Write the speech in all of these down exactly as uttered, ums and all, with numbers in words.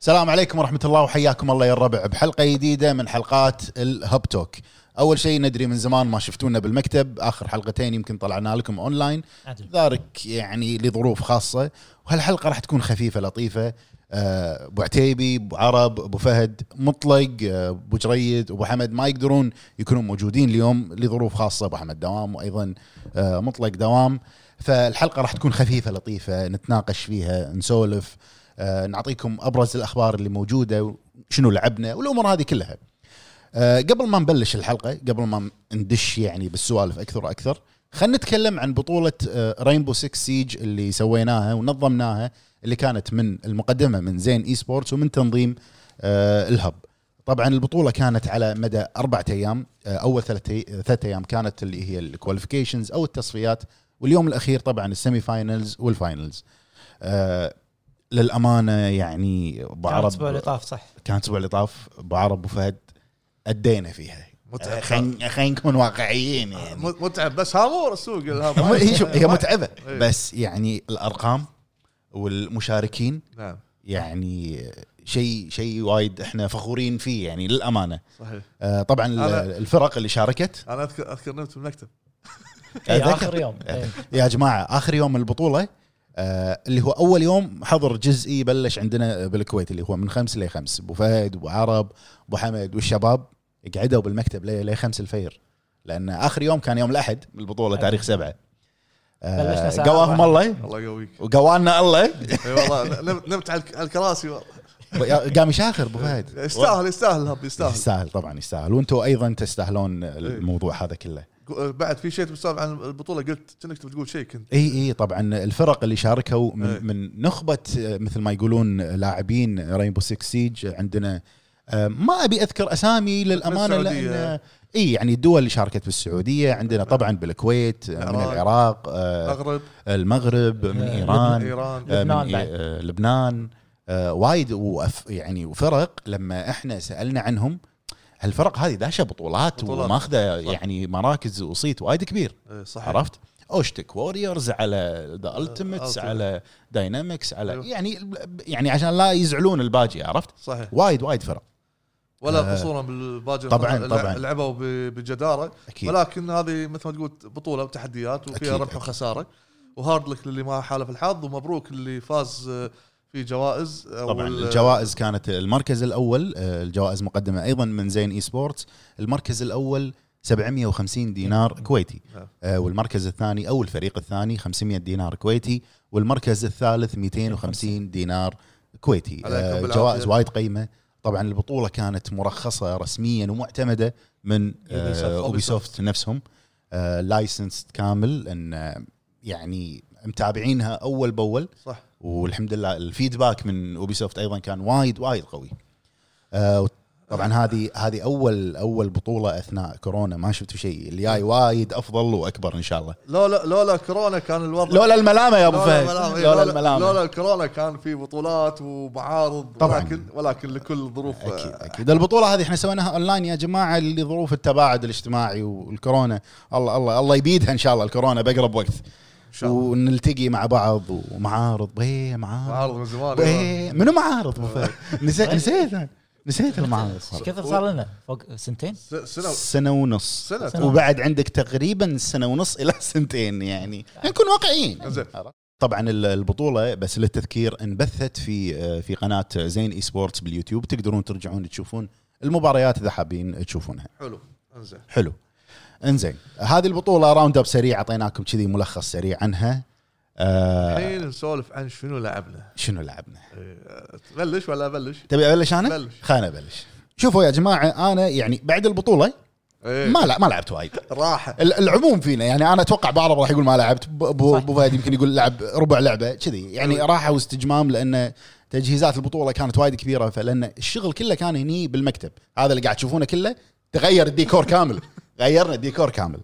السلام عليكم ورحمة الله وحياكم الله يا الربع بحلقة جديدة من حلقات الهب توك. أول شيء ندري من زمان ما شفتونا بالمكتب، آخر حلقتين يمكن طلعنا لكم أونلاين ذلك يعني لظروف خاصة، وهالحلقة راح تكون خفيفة لطيفة. أبو عتيبي، أبو عرب، أبو فهد مطلق، أبو جريد، أبو حمد ما يقدرون يكونوا موجودين اليوم لظروف خاصة. أبو حمد دوام وأيضا مطلق دوام، فالحلقة راح تكون خفيفة لطيفة نتناقش فيها نسولف، آه، نعطيكم أبرز الأخبار اللي موجودة، شنو لعبنا والأمور هذه كلها. آه، قبل ما نبلش الحلقة، قبل ما ندش يعني بالسوالف أكثر وأكثر، خلينا نتكلم عن بطولة رينبو سيكس سيج اللي سويناها ونظمناها، اللي كانت من المقدمة من زين إي سبورتس ومن تنظيم آه، الهب. طبعا البطولة كانت على مدى أربعة أيام. آه، أول ثلاثة أيام كانت اللي هي الكواليفيكيشنز أو التصفيات، واليوم الأخير طبعا السيمي فاينلز والفاينلز. آه، للأمانة يعني أبو عرب كانت أسبوع اللي طاف صح كانت أسبوع اللي طاف أبو عرب وفهد أدينا فيها. متعب، خلينا خلينا نكون واقعيين يعني. متعب بس هامور السوق هي شوف هي متعبة بس يعني الأرقام والمشاركين نعم يعني شيء شيء وايد احنا فخورين فيه يعني للأمانة. صحيح. آه طبعا الفرق اللي شاركت أنا أذكر أذكر نمت في المكتب آخر يوم يا جماعة، آخر يوم البطولة آه اللي هو أول يوم حظر جزئي بلش عندنا بالكويت، اللي هو من خمس لخمس. أبو فهد وأبو عرب وأبو حمد والشباب قعدوا بالمكتب ليه ليه خمس الفير، لأن آخر يوم كان يوم الأحد بالبطولة تاريخ سبعة. آه قواهم الله الله يقويك وقوانا الله. اي والله نمت على الكراسي قام يشاخر أبو فهد. يستاهل يستاهل الهب يستاهل يستاهل طبعا يستاهل، وانتم أيضا تستاهلون الموضوع هذا كله. بعد في شيء تسولف عن البطولة، قلت كأنك تقول شيء كنت اي اي طبعا الفرق اللي شاركوا من, أي. من نخبة مثل ما يقولون لاعبين رينبو سيكس سيج. عندنا ما ابي اذكر اسامي للامانه لان اي يعني الدول اللي شاركت بالسعوديه عندنا طبعا بالكويت، من العراق، المغرب المغرب من ايران، إيران. لبنان, من لبنان وايد وف يعني وفرق لما احنا سالنا عنهم هالفرق هذه داشه بطولات, بطولات. وماخذه يعني مراكز وصيت وايد كبير. صحيح. عرفت اوشتك ووريرز على ذا التيمتس على داينامكس على أيوه. يعني يعني عشان لا يزعلون الباجي. عرفت صحيح. وايد وايد فرق ولا قصورا بالباجي طبعا طبعا لعبوا بجداره أكيد. ولكن هذه مثل ما تقول بطوله وتحديات وفيها أكيد. ربح وخساره، وهارد لك للي ما حالف الحظ، ومبروك اللي فاز في جوائز. طبعا الجوائز كانت المركز الأول، الجوائز مقدمة أيضا من زين إي سبورتس. المركز الأول سبعمية وخمسين دينار كويتي، والمركز الثاني أو الفريق الثاني خمسمية دينار كويتي، والمركز الثالث مئتين وخمسين دينار كويتي. جوائز وايد قيمة. طبعا البطولة كانت مرخصة رسميا ومعتمدة من أوبيسوفت نفسهم، لايسنس كامل، ان يعني متابعينها أول بأول. صح. والحمد لله الفيدباك من أوبيسوفت أيضا كان وايد وايد قوي. آه طبعا هذه هذه أول أول بطولة أثناء كورونا، ما شفتوا شيء. اللي جاي وايد أفضل وأكبر إن شاء الله. لولا لولا كورونا كان الوضع، لولا الملامة يا أبو فهد، لولا الملامة، لولا الكورونا كان في بطولات ومعارض طبعا. ولكن ولكن لكل ظروف أكيد أكيد. البطولة هذه إحنا سويناها أونلاين يا جماعة لظروف التباعد الاجتماعي والكورونا. الله الله الله يبيدها إن شاء الله الكورونا بقرب وقت، ونلتقي مع بعض ومعارض. بيه معارض معارض من زمان. منو معارض أبو فهد؟ نسيت نسيت نسيت المعارض. كثر صار لنا فوق سنتين سنة سنة ونص سنة. وبعد عندك تقريبا سنة ونص إلى سنتين، يعني نكون واقعيين. طبعا البطولة بس للتذكير انبثت في في قناة زين إي سبورتس باليوتيوب، تقدرون ترجعون تشوفون المباريات إذا حابين تشوفونها. حلو انزين حلو انزين. هذه البطولة راوند اب سريع، اعطيناكم كذي ملخص سريع عنها. الحين آه نسولف عن شنو لعبنا. شنو لعبنا بلش ولا بلش؟ تبي ابلش انا؟ خلينا نبلش. شوفوا يا جماعة، انا يعني بعد البطولة إيه؟ ما لا ما لعبت وايد راحة العموم فينا، يعني انا اتوقع بعض راح يقول ما لعبت، ابو فهد يمكن يقول لعب ربع لعبة كذي، يعني راحة واستجمام، لان تجهيزات البطولة كانت وايد كبيرة، فلان الشغل كله كان هني بالمكتب. هذا اللي قاعد تشوفونه كله تغير الديكور كامل غيرنا الديكور كامل.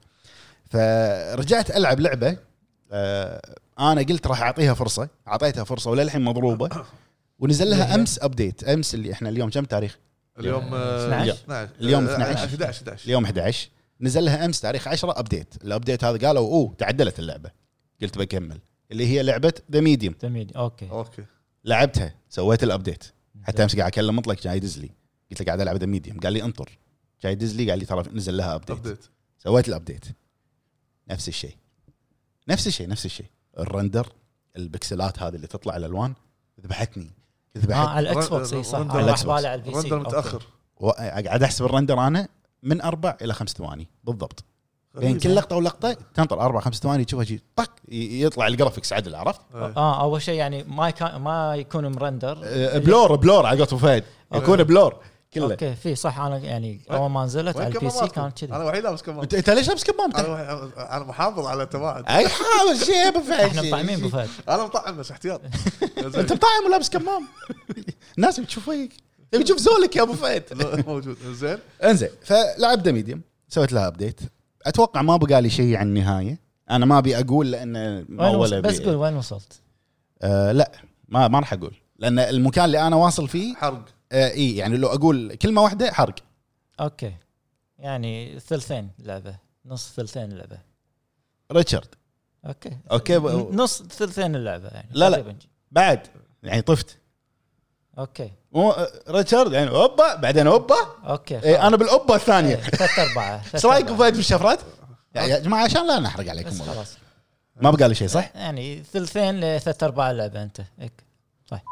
فرجعت ألعب لعبة، آه أنا قلت راح أعطيها فرصة، أعطيتها فرصة وللحين مضروبة، ونزل لها أمس أبديت. أمس اللي إحنا اليوم كم تاريخ؟ اليوم اثناشر اليوم اثناشر اليوم إحدى عشر نزل لها أمس تاريخ عشرة أبديت. الأبديت هذا قالوا أوه تعدلت اللعبة، قلت بكمل. اللي هي لعبة The Medium. The Medium. أوكي أوكي لعبتها، سويت الأبديت، حتى امس قاعد اكلم مطلق جاي يدز لي، قلت له قاعد العب ذا ميديوم، قال لي انطر، جاي يدز لي قال لي ترى نزل لها ابديت. سويت الابديت نفس الشيء نفس الشيء نفس الشيء الرندر البكسلات هذه اللي تطلع الالوان ذبحتني ذبحت اه على الاكس بوكس اي صح، على الإكس بوكس. على البي سي رندر متاخر، قاعد احسب الرندر انا من أربع الى خمس ثواني بالضبط، بين كل لقطه ولقطه تنطر اربع خمس ثواني تشوفها شيء طق يطلع الجرافيكس عدل، عرفت؟ اه اول شيء يعني ما يكون ما يكون مرندر أه بلور بلور على قولة فهد يكون بلور كله. اوكي في صح، انا يعني اول ما نزلت على البي سي كانت كذي. انا وحيد لابس كمام. انت ليش لابس كمام؟ انا انا محافظ على تباعد. اي حاول شيء ابو فهد، احنا مطعمين ابو فهد. انا مطعم بس احتياط. انت مطعم ولابس كمام، الناس بتشوف فيك، تبي تشوف زولك يا ابو فهد. موجود زين. انزين فلعب ذا ميديوم، سويت لها ابديت، اتوقع ما بقى لي شيء عن النهايه، انا ما ابي اقول لان ما ولا بس قول وين وصلت. آه لا ما ما راح اقول، لان المكان اللي انا واصل فيه حرق. آه اي يعني لو اقول كلمه واحده حرق. اوكي يعني ثلثين لعبه، نص ثلثين اللعبه. ريتشارد اوكي اوكي ب... نص ثلثين اللعبه يعني. لا لا بعد يعني طفت. اوكي مو ريتشارد يعني اوبا بعدين اوبا. اوكي إيه انا بالاوبا الثانيه. ثلاث اربعه. ايش رايكم فايد بالشفرات يا جماعه عشان لا نحرق عليكم؟ خلاص ما بقى لي شيء صح يعني ثلثين لثلاث ارباع اللعبه انت هيك صح.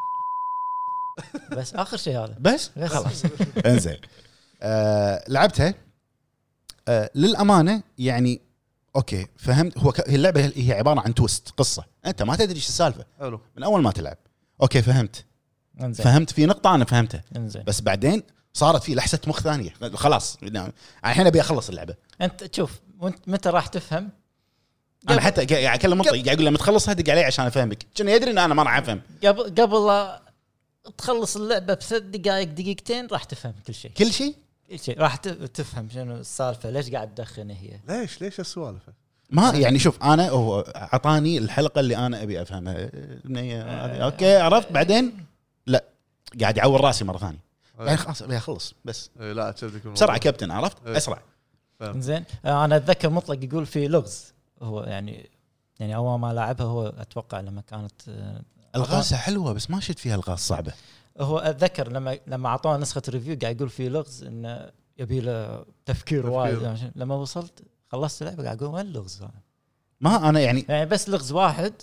بس اخر شيء هذا بس خلاص. انزين آه لعبتها آه للامانه يعني اوكي فهمت. هو ك... اللعبه هي عباره عن تويست قصه، انت ما تدري ايش السالفه حلو من اول ما تلعب. اوكي فهمت انزين. فهمت في نقطه انا فهمتها انزين. بس بعدين صارت في لحسه مخ ثانيه خلاص الحين ابي اخلص اللعبه. انت تشوف وانت متى راح تفهم. انا حتى قاعد اكلم مطلق قاعد اقول لما تخلصها دق علي عشان افهمك، كان يدري ان انا ما راح افهم. قبل قبل لا تخلص اللعبه بثلاث دقائق دقيقتين راح تفهم كل شيء كل شيء كل شيء راح تفهم شنو السالفه، ليش قاعد تدخن هي، ليش ليش السوالف. ما يعني شوف انا هو اعطاني الحلقه اللي انا ابي افهمها هذه اوكي عرفت، بعدين لا قاعد يعور راسي مره ثانيه يعني خلاص ابي اخلص بس لا تشدك بسرعه كابتن عرفت اسرع. زين انا اتذكر مطلق يقول في لغز، هو يعني يعني اول ما لعبها هو اتوقع لما كانت الغازه حلوه بس ما شفت فيها الغاز صعبه. هو اتذكر لما لما اعطونا نسخه ريفيو قاعد يقول في لغز انه يبي له تفكير وايد يعني. لما وصلت خلصت اللعبه قاعد اقول وين اللغز هذا، ما انا يعني يعني بس لغز واحد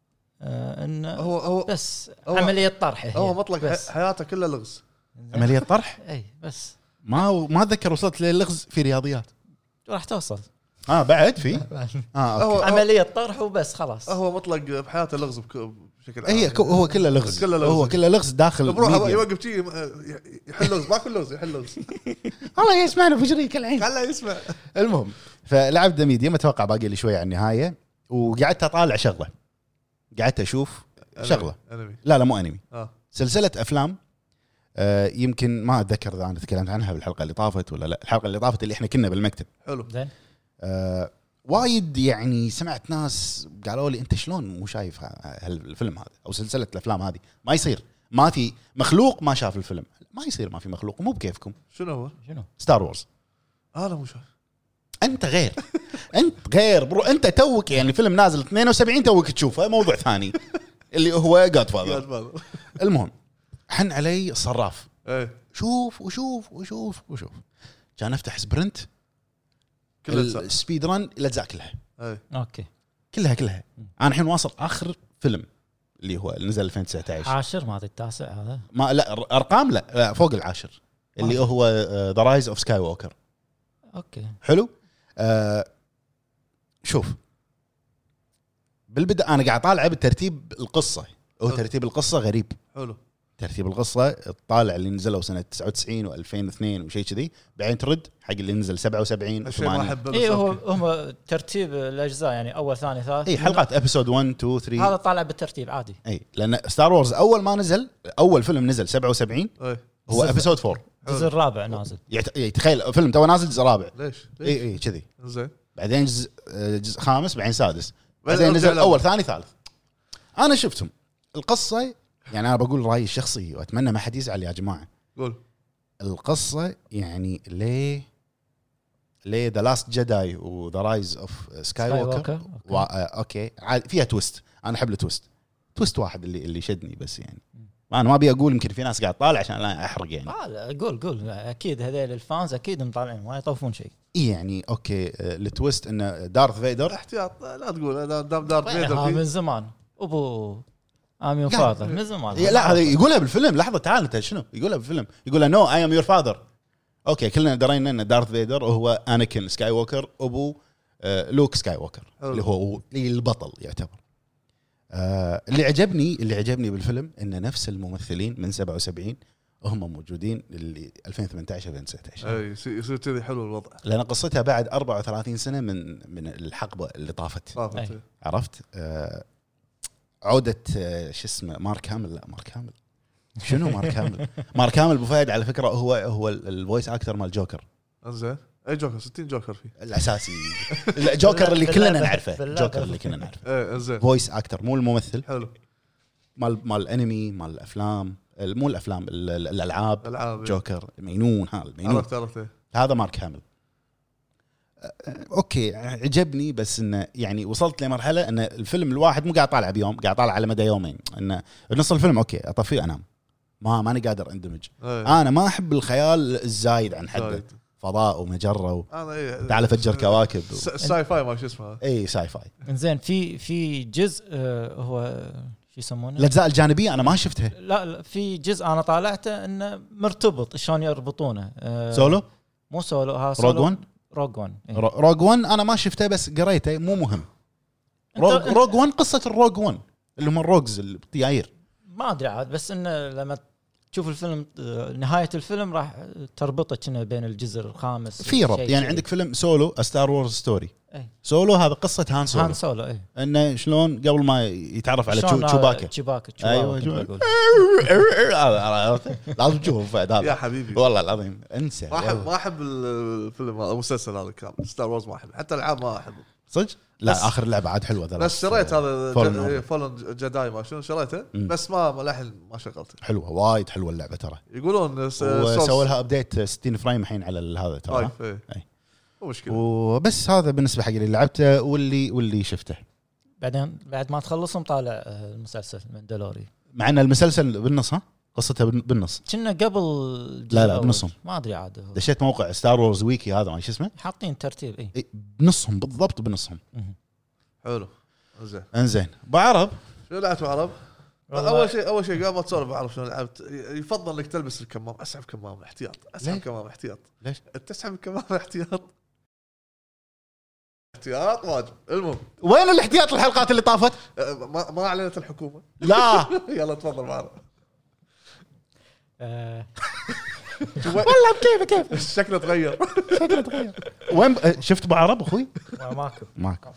آه انه هو هو بس هو عمليه طرح هي هو مطلق حياته كلها لغز. عمليه طرح اي بس ما ما اتذكر وصلت للغز في رياضيات. راح توصل اه بعد في اه أوكي. عمليه طرح وبس خلاص. هو مطلق بحياته لغز بشكل عام. هي هو كله لغز. كله لغز هو كله لغز داخل بروح يوقف شيء يحل لغز ما كل لغز يحل لغز. الله يسمعنا فجريك العين خله يسمع. المهم فلعبت ذا ميديوم اتوقع باقي لي شويه على النهايه، وقعدت اطالع شغله قعدت اشوف شغله أنمي. لا لا مو انمي آه. سلسله افلام آه يمكن ما اتذكر اذا انا تكلمت عنها بالحلقه اللي طافت ولا لا. الحلقه اللي طافت اللي احنا كنا بالمكتب حلو زين آه وايد يعني سمعت ناس قالوا لي انت شلون مو شايف هالفيلم هذا او سلسله الافلام هذه، ما يصير ما في مخلوق ما شاف الفيلم، ما يصير ما في مخلوق مو بكيفكم. شنو هو شنو ستار وورز. انا مو شايف انت غير انت غير برو انت توك يعني فيلم نازل اثنين وسبعين توك تشوفه موضوع ثاني اللي هو جاد فاذر. المهم حن علي الصراف ايه شوف وشوف وشوف وشوف كان افتح سبرنت كلها السبيد رن الاجزاء كلها ايه اوكي كلها كلها انا الحين واصل اخر فيلم اللي هو نزل ألفين وتسعة عشر عاشر ما ادري التاسع هذا ما لا ارقام لا, لا فوق العاشر اللي هو ذا رايز اوف سكاي ووكر. اوكي حلو آه شوف بالبدايه انا قاعد طالع بترتيب القصه، هو ترتيب القصه غريب. حلو ترتيب القصه الطالع اللي نزلوا سنه تسعة وتسعين وألفين واثنين وشيء كذي بعدين ترد حق اللي نزل سبعة وسبعين وثمانين. اي هو هم ترتيب الاجزاء يعني اول ثاني ثالث اي حلقات ابيسود واحد اثنين ثلاثة هذا طالع بالترتيب عادي. اي لان ستار وورز اول ما نزل اول فيلم نزل سبعة وسبعين ايه. هو ابيسود أربعة الجزء الرابع نازل. يتخيل فيلم تو نازل جزء رابع. ليش اي اي كذي زين بعدين جزء جزء خامس بعدين سادس بعدين نزل اول ثاني ثالث. انا شفتهم القصه يعني انا بقول رايي الشخصي واتمنى ما حد يزعل يا جماعه. قول القصه يعني ليه ليه ذا لاست جداي وذا رايز اوف سكاي ووكر اوكي عاد فيها تويست. انا احب التويست تويست واحد اللي اللي شدني بس يعني ما انا ما ابي اقول، يمكن في ناس قاعد طالع عشان لا احرق يعني. اه لا قول قول اكيد هذول الفانز اكيد مطالعين ما يطوفون شيء يعني اوكي التويست ان دارث فيدر احتياط لا تقول دام دارث فيدر ها من زمان ابو امي وفاذر من زمان. لا هذا يقولها بالفيلم. لحظه تعال انت شنو يقولها بالفيلم؟ يقول نو اي ام يور فاذر. اوكي كلنا درينا ان دارث فيدر هو اناكين سكاي ووكر ابو آه لوك سكاي ووكر اللي هو البطل يعتبر. آه اللي عجبني اللي عجبني بالفيلم ان نفس الممثلين من سبعة وسبعين هم موجودين اللي ألفين وثمانية عشر ألفين وتسعة عشر. اي يصير كذي حلو الوضع لان قصتها بعد أربعة وثلاثين سنه من من الحقبه اللي طافت. عرفت آه عوده آه شو اسمه مارك هامل. لا مارك هامل شنو مارك هامل؟ مارك هامل ابو فهد على فكره هو هو الفويس اكتر مال جوكر. زين اي جوكر ستين جوكر فيه الاساسي. الجوكر اللي كلنا نعرفه الجوكر اللي كلنا نعرفه ايه زين فويس اكتر مو الممثل. حلو مال مال الانمي مال الافلام مو الافلام الالعاب العاب جوكر مينون. هذا المينون عرفت عرفت هذا مارك هامل. اوكي عجبني بس انه يعني وصلت لمرحله ان الفيلم الواحد مو قاعد طالع بيوم قاعد طالع على مدى يومين. انه نص الفيلم اوكي اطفيه انام ما ماني قادر اندمج. أيه. انا ما احب الخيال الزايد عن حده فضاء ومجره و... انا تعال فجر كواكب و... ساي فاي ما شو اسمه اي ساي فاي. انزين في في جزء هو شو يسمونه الاجزاء الجانبيه انا ما شفتها. لا, لا في جزء انا طالعته انه مرتبط شلون يربطونه. أه سولو مو سولو ها سولو روج ون روج ون إيه؟ روج ون انا ما شفته بس قريته مو مهم. روج, روج ون قصه الروج ون اللي هم الروجز الطياير ما ادري عاد بس انه لما تشوف الفيلم نهايه الفيلم راح تربطه كنا بين الجزء الخامس في ربط يعني. عندك فيلم سولو ستار وورز ستوري أي. سولو هذا قصه هان سولو هان سولو اي انه شلون قبل ما يتعرف على تشوباكا تشوباكا ايوه لازم تشوفه هذا يا حبيبي والله العظيم انسى. ما احب ما احب الفيلم هذا المسلسل هذا كامل ستار وورز ما احب حتى العاب ما احبه صدق. لا اخر لعبه عاد حلوه ترى بس شريت هذا فولن جداي ما شنو شريته بس ما للحين ما شغلته. حلوه وايد حلوه اللعبه ترى. يقولون سووا لها ابديت ستين فريم الحين على هذا ترى اي مو مشكله. وبس هذا بالنسبه حق اللي لعبته واللي واللي شفته. بعدين بعد ما تخلصهم طالع المسلسل ماندلوري مع ان المسلسل بالنص ها قصتها بالنص كنا قبل لا لا بنصهم ما ادري عاد. دشيت موقع ستار وورز ويكي هذا ما شو اسمه حاطين ترتيب اي إيه بنصهم بالضبط بنصهم. حلو زين انزين بعرب شو لعبت بعرب؟ اول شيء اول شيء قبل ما تسولف بعرف شلون لعبت. يفضل انك تلبس الكمام اسحب كمام احتياط اسحب كمام احتياط. ليش تسحب الكمام احتياط احتياط واجب. المهم وين الاحتياط الحلقات اللي طافت ما ما اعلنت الحكومه لا يلا تفضل معنا. والله كيف كيف شكله تغير شكله تغير. وين شفت بعرب اخوي؟ ماكو ماكو.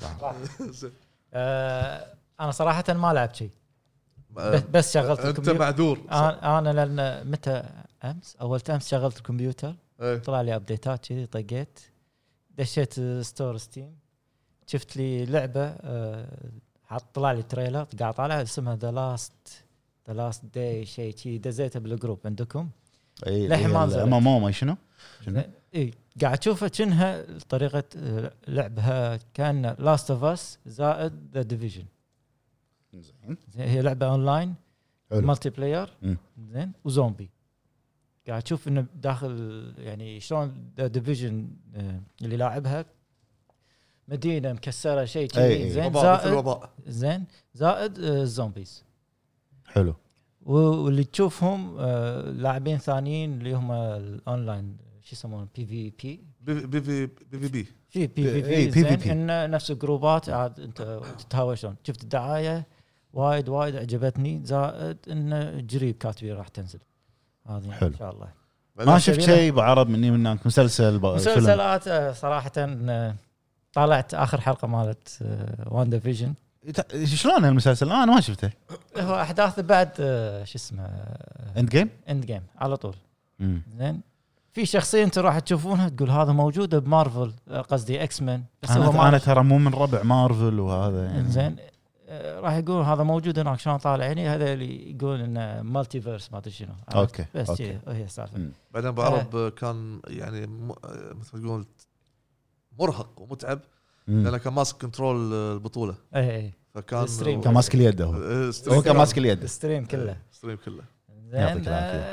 انا صراحه ما لعبت شيء بس شغلت الكمبيوتر. انت معذور. انا لان متى امس اول امس شغلت الكمبيوتر ايه؟ طلع لي ابديتات كذي طقيت دشيت ستور ستيم شفت لي لعبه حط طلع لي تريلر قاعد طالع اسمها ذا لاست ذا لاست داي شيء كذي دزيته بالجروب عندكم. اي لحين ما نزلت ما ما شنو شنو اي قاعد اشوفها كأنها طريقه لعبها كان لاست اوف اس زائد ذا ديفيجن. زين هي لعبه اونلاين مالتي بلاير زين وزومبي. قاعد اشوف انه داخل يعني شلون ذا ديفيجن اللي لاعبها مدينه مكسره شيء كذي زين زائد زين زائد الزومبيز. حلو. واللي تشوفهم لاعبين ثانيين اللي هم الاونلاين شو يسمونه بي في بي بي في بي في بي في بي في بي ان نفس الجروبات عاد انت تتهاوشون. شفت الدعايه وايد وايد عجبتني زائد انه جريب كاتبين راح تنزل هذه ان شاء الله. ما شفت شيء بعرب مني منك مسلسل مسلسلات صراحه طالعت اخر حلقه مالت واندا فيجن. شلون المسلسل انا ما شفته. هو احداثه بعد شو اسمه اند جيم اند جيم على طول. زين في شخصيه انت راح تشوفونها تقول هذا موجوده بمارفل قصدي اكس مان بس أنا هو انا ترى مو من ربع مارفل وهذا يعني. زين راح يقول هذا موجود هناك شلون طالع عيني هذا اللي يقول انه مالتي فيرس ما ادري شنو. اوكي بس أوكي. هي السالفه. بعدين بعرب آه. كان يعني مثل ما تقول مرهق ومتعب لانه كان ماسك كنترول البطوله. اي اي فكان كان ماسك اليد هو هو كان ماسك اليد الستريم كله الستريم كله زين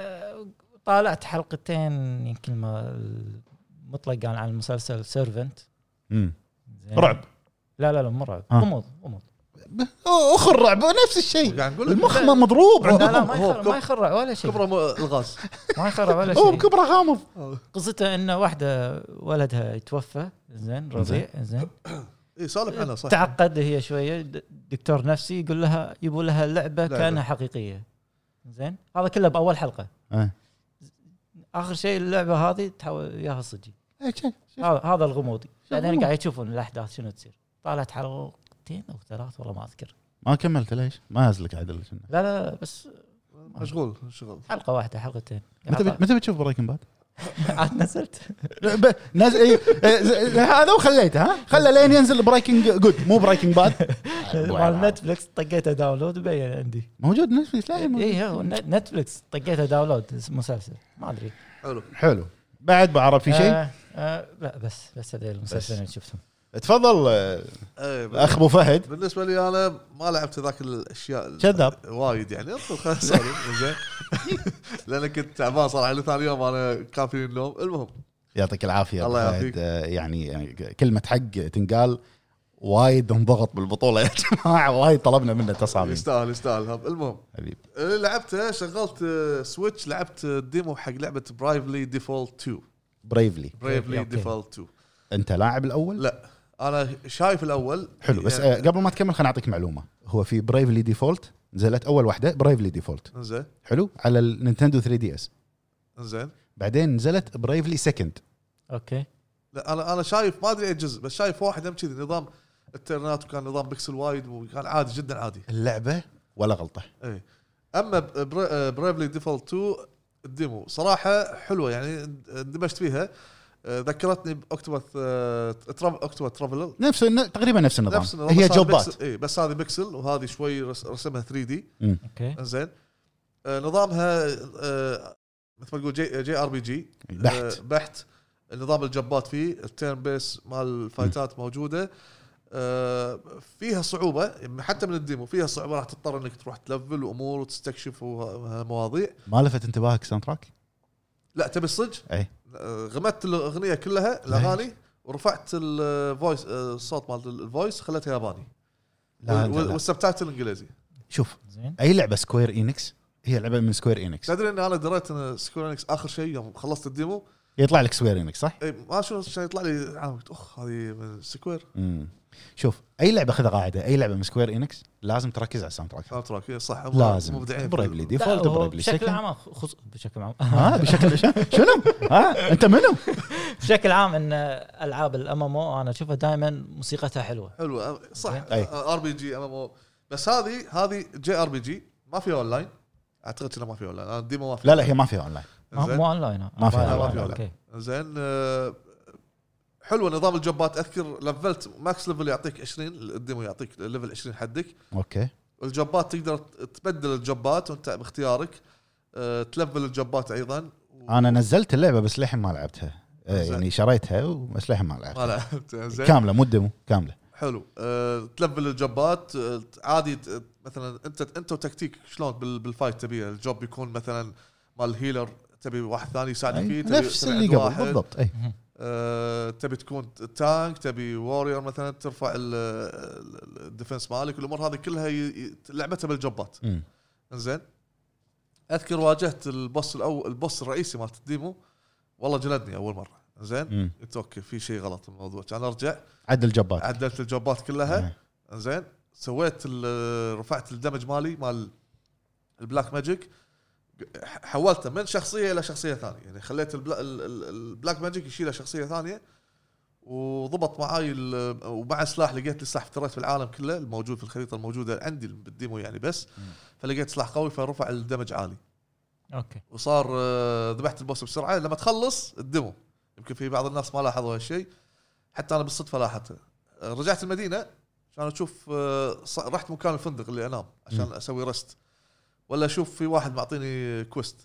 طالعت حلقتين يمكن ما مطلق عن المسلسل سيرفنت. امم رعب؟ لا لا لا مو رعب، غموض غموض اخر رعب نفس الشيء، المخ مضروب. لا لا ما يخرع ما يخرع ولا شيء، كبره الغاز ما يخرع ولا شيء، هو كبره غامض. قصته انه واحده ولدها يتوفى زين رضيع زين اي سالف عنها صح، تعقد هي شويه، دكتور نفسي يقول لها يبوا لها لعبه كانها حقيقيه زين. هذا كله باول حلقه. أه. اخر شيء اللعبه هذه تحول ياها صجي. هذا هذا الغموض. بعدين قاعد يشوفون الاحداث شنو تصير. طالعت حلقتين او ثلاث والله ما اذكر. ما كملت ليش؟ ما ازلك عدل. لا لا بس مشغول شغل. حلقه واحده حلقتين. متى متى بتشوف بريكنج باد؟ عاد نزلت نزل هذا وخليته ها خلى لين ينزل بريكنج جود مو بريكنج باد مال نتفلكس. طقيته داونلود وبين عندي موجود نتفلكس. لا اي هو نتفلكس طقيته داونلود مسلسل ما ادري. حلو حلو. بعد بعرف في شيء؟ آه آه لا بس بس هذول المسلسلين اللي شفتهم. تفضل أيه اخ ابو فهد. بالنسبه لي انا ما لعبت ذاك الاشياء كذاب وايد يعني خلاص زين لان كنت تعبان صراحه. ثاني يوم انا كان فيني النوم. المهم يعطيك العافيه الله يعافيك. يعني, يعني كلمه حق تنقال. وايد انضغط بالبطوله يا جماعه، وايد طلبنا منه تصاميم. يستاهل يستاهل. المهم حبيب لعبته شغلت سويتش لعبت ديمو حق لعبه برايفلي ديفولت تو. برايفلي برايفلي ديفولت تو. انت لاعب الاول؟ لا انا شايف الاول. حلو بس يعني قبل ما تكمل خليني اعطيك معلومه. هو في برايفلي ديفولت نزلت اول واحده برايفلي ديفولت زين حلو على النينتندو ثري دي اس. زين بعدين نزلت برايفلي سكند. اوكي لا انا انا شايف ما ادري اي جزء بس شايف واحد هم كذي نظام الترنات وكان نظام بيكسل وايد وكان عادي جدا عادي اللعبه ولا غلطه. اي اما برايفلي ديفولت تو الديمو صراحه حلوه يعني اندمجت فيها. ذكرتني باكتوبث ترافل اكتوبث ترافلر نفس تقريبا نفس النظام, نفس النظام. هي جوبات اي بس هذه بيكسل وهذه شوي رسمها ثري دي. اوكي زين نظامها مثل ما تقول جي, جي ار بي جي بحت بحت. نظام الجبات فيه التيرن بيس مال الفايتات م. موجوده. فيها صعوبه حتى من الديمو فيها صعوبه راح تضطر انك تروح تلفل وامور وتستكشف ومواضيع. ما لفت انتباهك ساوند تراك؟ لا تبي الصج اي غمدت الاغنيه كلها الاغاني ورفعت الفويس الصوت مال الفويس خليتها ياباني والسبتايتل انجليزي. شوف اي لعبه سكوير إينكس هي لعبه من سكوير إينكس. تدري ان انا دريت ان سكوير إينكس اخر شيء يوم خلصت الديمو يطلع لك سكوير إينكس صح؟ اي ما شو عشان يطلع لي عامل اخ هذه من سكوير. امم شوف اي لعبه خذ قاعده اي لعبه من سكوير إينكس لازم تركز على الساوند تراك. الساوند تراك صح لازم برايفلي ديفولت برايفلي بشكل عام خص... بشكل عام ها بشكل شنو ها انت منو بشكل عام ان العاب الام ام او انا اشوفها دائما موسيقتها حلوه حلوه صح ار بي جي ام ام او بس هذه هذه جي ار بي جي ما فيها اونلاين اعتقد انها ما فيها اونلاين. انا ديمو ما فيها. لا لا هي ما فيها اونلاين مو اونلاين ما فيها ما فيها اوكي زين. حلوه نظام الجوبات. اذكر لفلت ماكس ليفل يعطيك عشرين الديمو يعطيك ليفل عشرين حدك. اوكي الجوبات تقدر تبدل الجوبات وانت باختيارك. أه تلفل الجوبات ايضا و... انا نزلت اللعبه بس للحين ما لعبتها. أه يعني شريتها بس للحين ما لعبتها. ما لعبتها زين كامله مو ديمو كامله. حلو. أه تلفل الجوبات أه عادي مثلا انت انت وتكتيك شلون بالفايت تبي الجوب يكون مثلا مال هيلر تبي واحد ثاني يساعدك فيه نفس اللي قبل بالضبط. اي أه تبي تكون تانك تبي وورير مثلا ترفع الديفنس مالك الامور هذه كلها ي... لعبتها بالجوبات. زين اذكر واجهت البوس الاول البوس الرئيسي مالت الديمو والله جلدني اول مره. زين قلت اوكي في شيء غلط بالموضوع كان ارجع عدل الجوبات عدلت الجوبات كلها. زين سويت رفعت الدمج مالي مال البلاك ماجيك حولته من شخصيه الى شخصيه ثانيه يعني خليت البلاك ماجيك يشيله شخصيه ثانيه وضبط معاي. ومع سلاح لقيت لي سلاح افتريت في العالم كله الموجود في الخريطه الموجوده عندي بالديمو يعني بس م. فلقيت سلاح قوي فرفع الدمج عالي. اوكي وصار ذبحت البوس بسرعه. لما تخلص الديمو يمكن في بعض الناس ما لاحظوا هالشيء حتى انا بالصدفه لاحظته. رجعت المدينه عشان اشوف رحت مكان الفندق اللي انام عشان م. اسوي رست ولا اشوف في واحد معطيني كويست.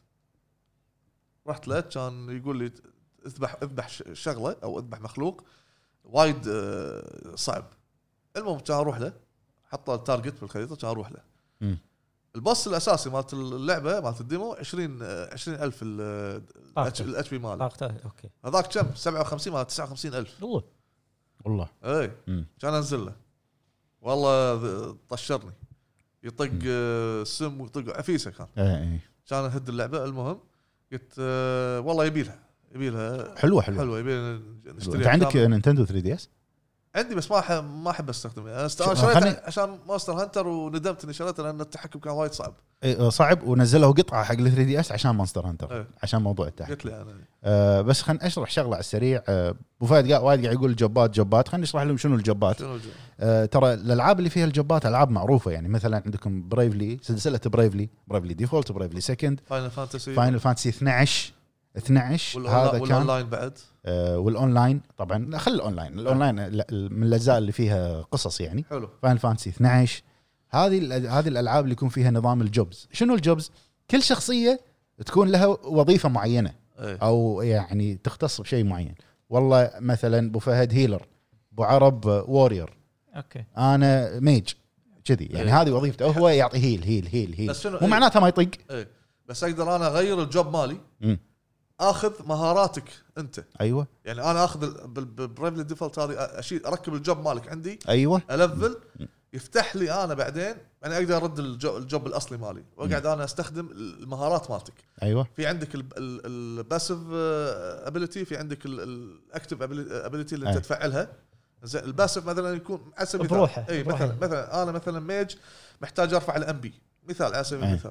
رحت له كان يقول لي اذبح اذبح شغله او اذبح مخلوق وايد صعب. المهم كان اروح له حط التارجت بالخريطه كان اروح له. البوس الاساسي مالت اللعبه مالت الديمو عشرين عشرين ألف الاتش بي ماله. اوكي هذاك كم سبعة وخمسين مال تسعة وخمسين ألف والله والله اي كان انزل له والله طشرني يطق سم ويطق عفيسه كان اي كان هد اللعبه. المهم قلت والله يبيلها يبيلها حلوه حلوه حلوه يبيلها نشتريها. انت عندك نينتندو ثري دي اس؟ عندي بس ما أحب ما احب استخدمه. انا شريته عشان مونستر هانتر وندمت اني شريته لان التحكم كان وايد صعب. اي صعب ونزلوا قطعه حق ال ثري دي اس عشان مونستر هانتر ايه. عشان موضوع التحكم. قلت لي انا آه بس خلينا اشرح شغله على السريع. آه ابو فهد قاعد وايد قاعد يقول جوبات جوبات. خلينا نشرح لهم شنو الجوبات. شنو آه ترى الالعاب اللي فيها الجوبات العاب معروفه. يعني مثلا عندكم برايفلي سلسله برايفلي برايفلي ديفولت برايفلي سكند فاينل فانتسي فاينل فانتسي اثناشر اثناشر هذا كان والاونلاين بعد. آه والاونلاين طبعا خل الاونلاين الاونلاين من الاجزاء اللي فيها قصص يعني. حلو. فاينل فانتسي اثناشر هذه هذه الالعاب اللي يكون فيها نظام الجوبز. شنو الجوبز؟ كل شخصيه تكون لها وظيفه معينه ايه. او يعني تختص بشيء معين. والله مثلا ابو فهد هيلر، ابو عرب وورير، اوكي انا ميج كذي يعني. ايه. هذه وظيفته هو يعطي هيل هيل هيل هيل بس شنو مو معناتها ما يطق. ايه. بس اقدر انا اغير الجوب مالي م. اخذ مهاراتك انت. ايوه يعني انا اخذ بالبرايفلي ديفولت هذه اشيل اركب الجوب مالك عندي ايوه الفل يفتح لي انا بعدين يعني اقدر ارد الجوب, الجوب الاصلي مالي واقعد انا استخدم المهارات مالتك. ايوه في عندك الباسيف ابيليتي في عندك الاكتيف ابيليتي اللي انت تفعلها. زين الباسيف مثلا يكون على سبيل المثال اي مثلا مثلا انا مثلا ميج محتاج ارفع الام بي مثال على سبيل المثال.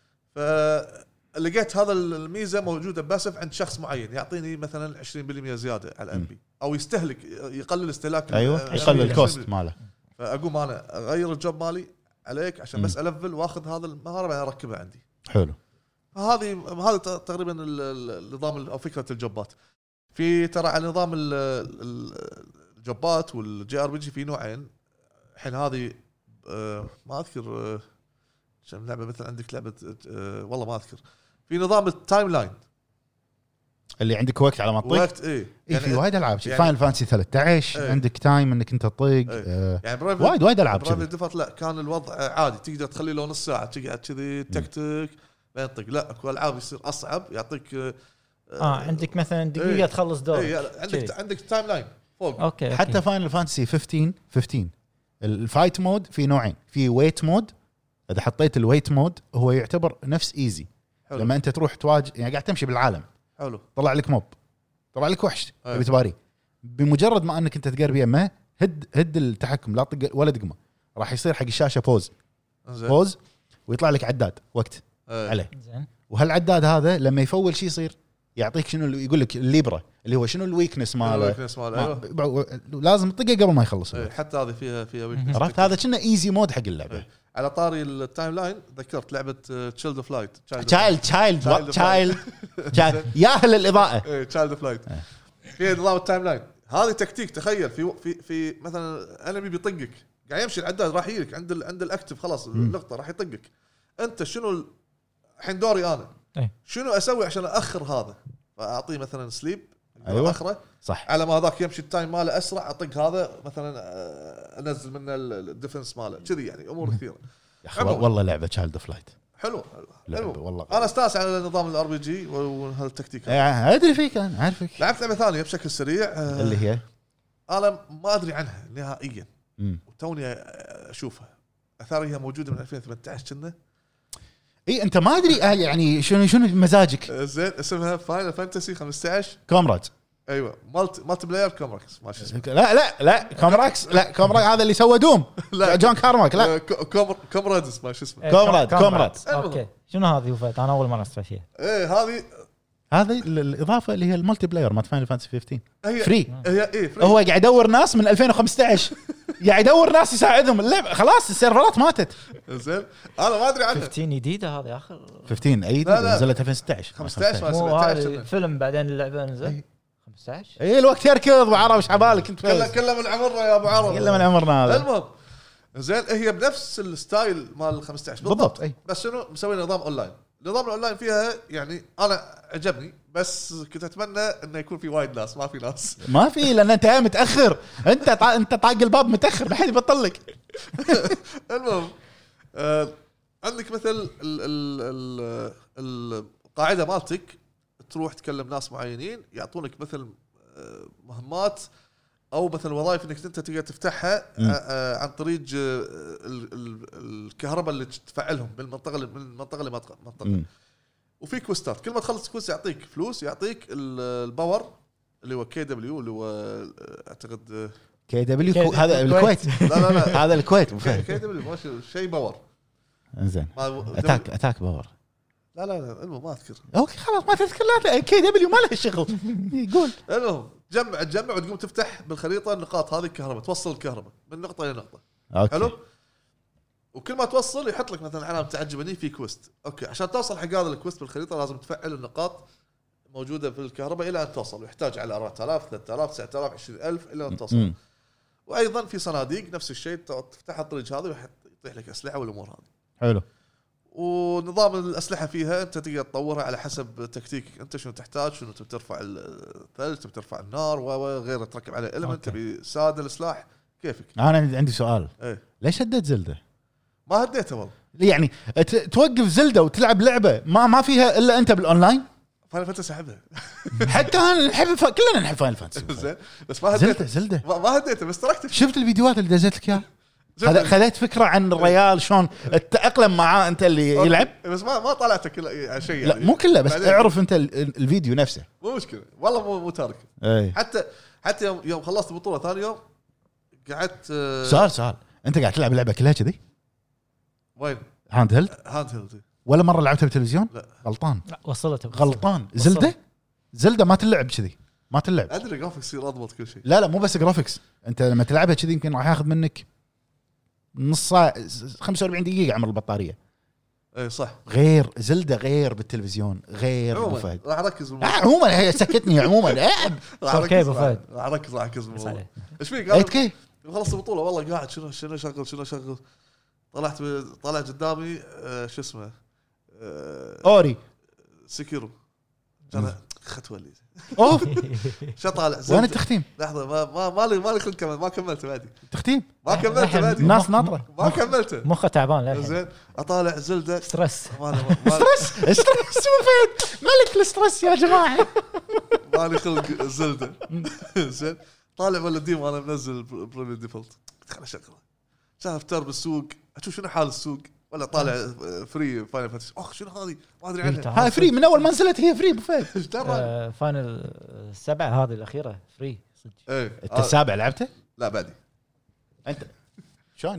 فلقيت هذا الميزه موجوده باسف عند شخص معين يعطيني مثلا عشرين بالمية زياده على الام بي او يستهلك يقلل استهلاك. ايوه يقلل الكوست ماله. فاقوم انا اغير الجوب مالي عليك عشان بس الفل واخذ هذا المهاره بعدين اركبها عندي. حلو. هذه هذا تقريبا النظام او فكره الجوبات. في ترى على نظام الجوبات والجي ار بي جي في نوعين الحين. هذه ما اذكر شنو لعبه مثل عندك لعبه والله ما اذكر. في نظام التايم لاين اللي عندك وقت على ما تطق. وقت ايه يعني في وايد العاب يعني فاينل فانتسي ثلاثة عشر ايه. عندك تايم انك انت تطق ايه. آه يعني وايد وايد العاب كذي. ديفولت لا كان الوضع عادي تقدر تخلي له نص ساعه تقعد كذي تكتك ما ينطق. لا اكو العاب يصير اصعب يعطيك اه, آه عندك مثلا دقيقه ايه. تخلص دور ايه عندك شي. عندك تايم لاين فوق. أوكي. حتى فاينل فانتسي خمستاشر خمستاشر الفايت مود في نوعين. في ويت مود اذا حطيت الويت مود هو يعتبر نفس ايزي. حلو. لما انت تروح تواجه يعني قاعد تمشي بالعالم حلو طلع لك موب طلع لك وحش تبي تباري بمجرد ما انك انت تقرب يمه هد هد التحكم لا طق ولا دقمه راح يصير حق الشاشه بوز زين. بوز ويطلع لك عداد وقت أيه. عليه زين. وهالعداد هذا لما يفول شيء يصير يعطيك شنو اللي يقول لك الليبرا اللي هو شنو الويكنس ماله. الويكنس ماله ايوه لازم تطقه قبل ما يخلص. أيه. حتى هذه فيها فيها ويكنس. عرفت هذا كنا ايزي مود حق اللعبه. أيه. على طاري التايم لاين ذكرت لعبه تشايلد اوف لايت. تشايلد تشايلد تشايلد ياهل الاضاءه. ايه تشايلد اوف لايت. في نظام التايم لاين هذه تكتيك. تخيل في في في مثلا انمي بيطقك قاعد يمشي العداد راح يجيك عند ال عند الاكتف خلاص النقطه راح يطقك. انت شنو الحين دوري انا أي. شنو اسوي عشان اخر هذا؟ اعطيه مثلا سليب أيوة. اخره صح على ما هذاك يمشي التايم ماله اسرع اطق هذا مثلا انزل منه الديفنس ماله كذي يعني امور كثيره. يا اخي والله لعبه تشايلد اوف لايت حلو حلو والله. انا استانس على نظام الار بي جي وهالتكتيك. ادري فيك انا عارفك. لعبت لعبه ثانيه بشكل سريع اللي هي انا ما ادري عنها نهائيا مم. وتوني اشوفها اثارها موجوده من ألفين وثمانية عشر كنا. اي انت ما ادري يعني شنو شنو مزاجك. زين اسمها فاينل فانتسي خمسة عشر كومراد. ايوه مالتي مالتي بلاير كومراكس ما اسمه. لا لا لا كومراكس لا كومراك هذا اللي سوى دوم. لا جون كارماك لا كومر كومرادز ما شو اسمه. كومراد كومراد. اوكي شنو هذه وفات انا اول مره اسمع فيها. ايه هذه هذه الاضافه اللي هي الملتي بلاير مال فاينل فانتسي خمستاشر فري. هي ايه فري. هو قاعد يدور ناس من ألفين وخمسة عشر قاعد يدور ناس يساعدهم اللعبه خلاص السيرفرات ماتت. زين انا ما ادري عنها. خمستاشر جديده هذه اخر خمستاشر اي نزلت ألفين وستة عشر خمسة عشر مو هذا فيلم بعدين اللعبه نزل خمسة عشر. اي الوقت يركض ابو عرب ايش عبالك انت كله كله من عمرنا يا ابو عرب كله من عمرنا هذا. المهم زين هي بنفس الستايل مال خمسة عشر بالضبط اي بس شنو مسوي نظام اونلاين. نظام الاونلاين فيها يعني انا عجبني بس كنت اتمنى انه يكون في وايد ناس. ما في ناس ما في لان انت متاخر انت طا... انت طاق الباب متاخر ما حد يبطل لك. المهم آه... عندك عندك مثل ال ال ال القاعده مالتك تروح تكلم ناس معينين يعطونك مثل مهمات او مثلا وظائف انك انت تقدر تفتحها عن طريق الكهرباء اللي تفعلهم بالمنطقه من المنطقه اللي منطقه. وفي كوستات كل ما تخلص كوست يعطيك فلوس، يعطيك الباور اللي هو كي دبليو اللي هو اعتقد كي دبليو هذا الكويت. لا لا لا هذا الكويت كي دبليو ماشي شيء باور. انزين اتاك اتاك باور. لا لا لا المهم ما اذكر. اوكي خلاص ما تذكر. لا كي دبليو ما له شغل. يقول المهم تجمع تجمع وتقوم تفتح بالخريطه النقاط هذه الكهرباء، توصل الكهرباء من نقطه الى نقطه. أوكي. حلو. وكل ما توصل يحط لك مثلا علامه تعجبني في كويست. اوكي عشان توصل حق هذا الكويست بالخريطه لازم تفعل النقاط موجوده في الكهرباء الى ان توصل، ويحتاج على أربعة آلاف ثلاثة آلاف تسعة آلاف عشرين ألف الى ان توصل. م- وايضا في صناديق نفس الشيء تفتح الطريق هذا ويطيح لك اسلحه والامور هذه. حلو. ونظام الأسلحة فيها أنت تقدر تطورها على حسب تكتيكك أنت، شنو تحتاج، شنو تبي ترفع الثلج، تبي ترفع النار وغيره، تركب عليه إلمنت، تبي سادة السلاح كيفك. أنا عندي سؤال. إيه؟ ليش هديت زلدة؟ ما هديتها والله. يعني توقف زلدة وتلعب لعبة ما ما فيها إلا أنت بالأونلاين؟ فاينل فانتسي أحبها. حتى أنا نحب ف... كلنا نحب فاينل فانتسي. زين بس ما هديتها. زلدة زلدة. ما, ما هديتها بس تركت. شفت الفيديوهات اللي دزيت لك إياها؟ خذيت فكرة عن الريال شلون تأقلم معاه أنت اللي يلعب. بس ما ما طلعت كل شيء يعني. لا مو كله بس اعرف أنت الفيديو نفسه. مو مشكلة والله مو مو تارك. أي. حتى حتى يوم يوم خلصت البطولة ثاني يوم قعدت. سؤال سؤال أنت قاعد تلعب لعبة كلها كذي؟ وين؟ هاند هيلد؟ هاند هيلد. ولا مرة لعبتها بالتلفزيون؟ لا. غلطان. لا وصلت. غلطان. زلدة؟ زلدة ما تلعب كذي. ما تلعب. أدري جرافيكس يصير أضبط كل شيء. لا لا مو بس جرافيكس. أنت لما تلعبها كذي يمكن راح ياخذ منك نص ساعة خمسة وأربعين دقيقة عمر البطارية. اي صح. غير زلدة غير بالتلفزيون غير ابو فهد. راح اركز بالموضوع. عموما هي سكتني عموما. راح اركز ابو فهد. راح اركز راح اركز بالموضوع. ايش فيك؟ ايت كي خلصت البطولة والله قاعد شنو شنو شغل شنو شغل. طلعت طلعت قدامي آه شو اسمه آه اوري سكيرو. انا خت ولي اوف شو طالع وين التختيم؟ لحظه ما ما مالي مالي خلق كمل ما كملته بعدي التختيم ما كملته بعدي الناس ناطره ما كملته مخه تعبان لا زين اطالع زلده ستريس ستريس ستريس وفين ملك الستريس يا جماعه مالي خلق زلده زين طالع ولا ديم انا منزل بريمير ديفولت خليني اشغله شاف ترب السوق اشوف شنو حال السوق ولا طالع فري فاينل فانتسي اخ شنو هذه ما ادري عنها هاي فري من اول ما نزلت هي فري بفيد ايش درى فاينل السبعه هذه الاخيره فري صدق ايه انت السابع لعبته لا بعدي انت شلون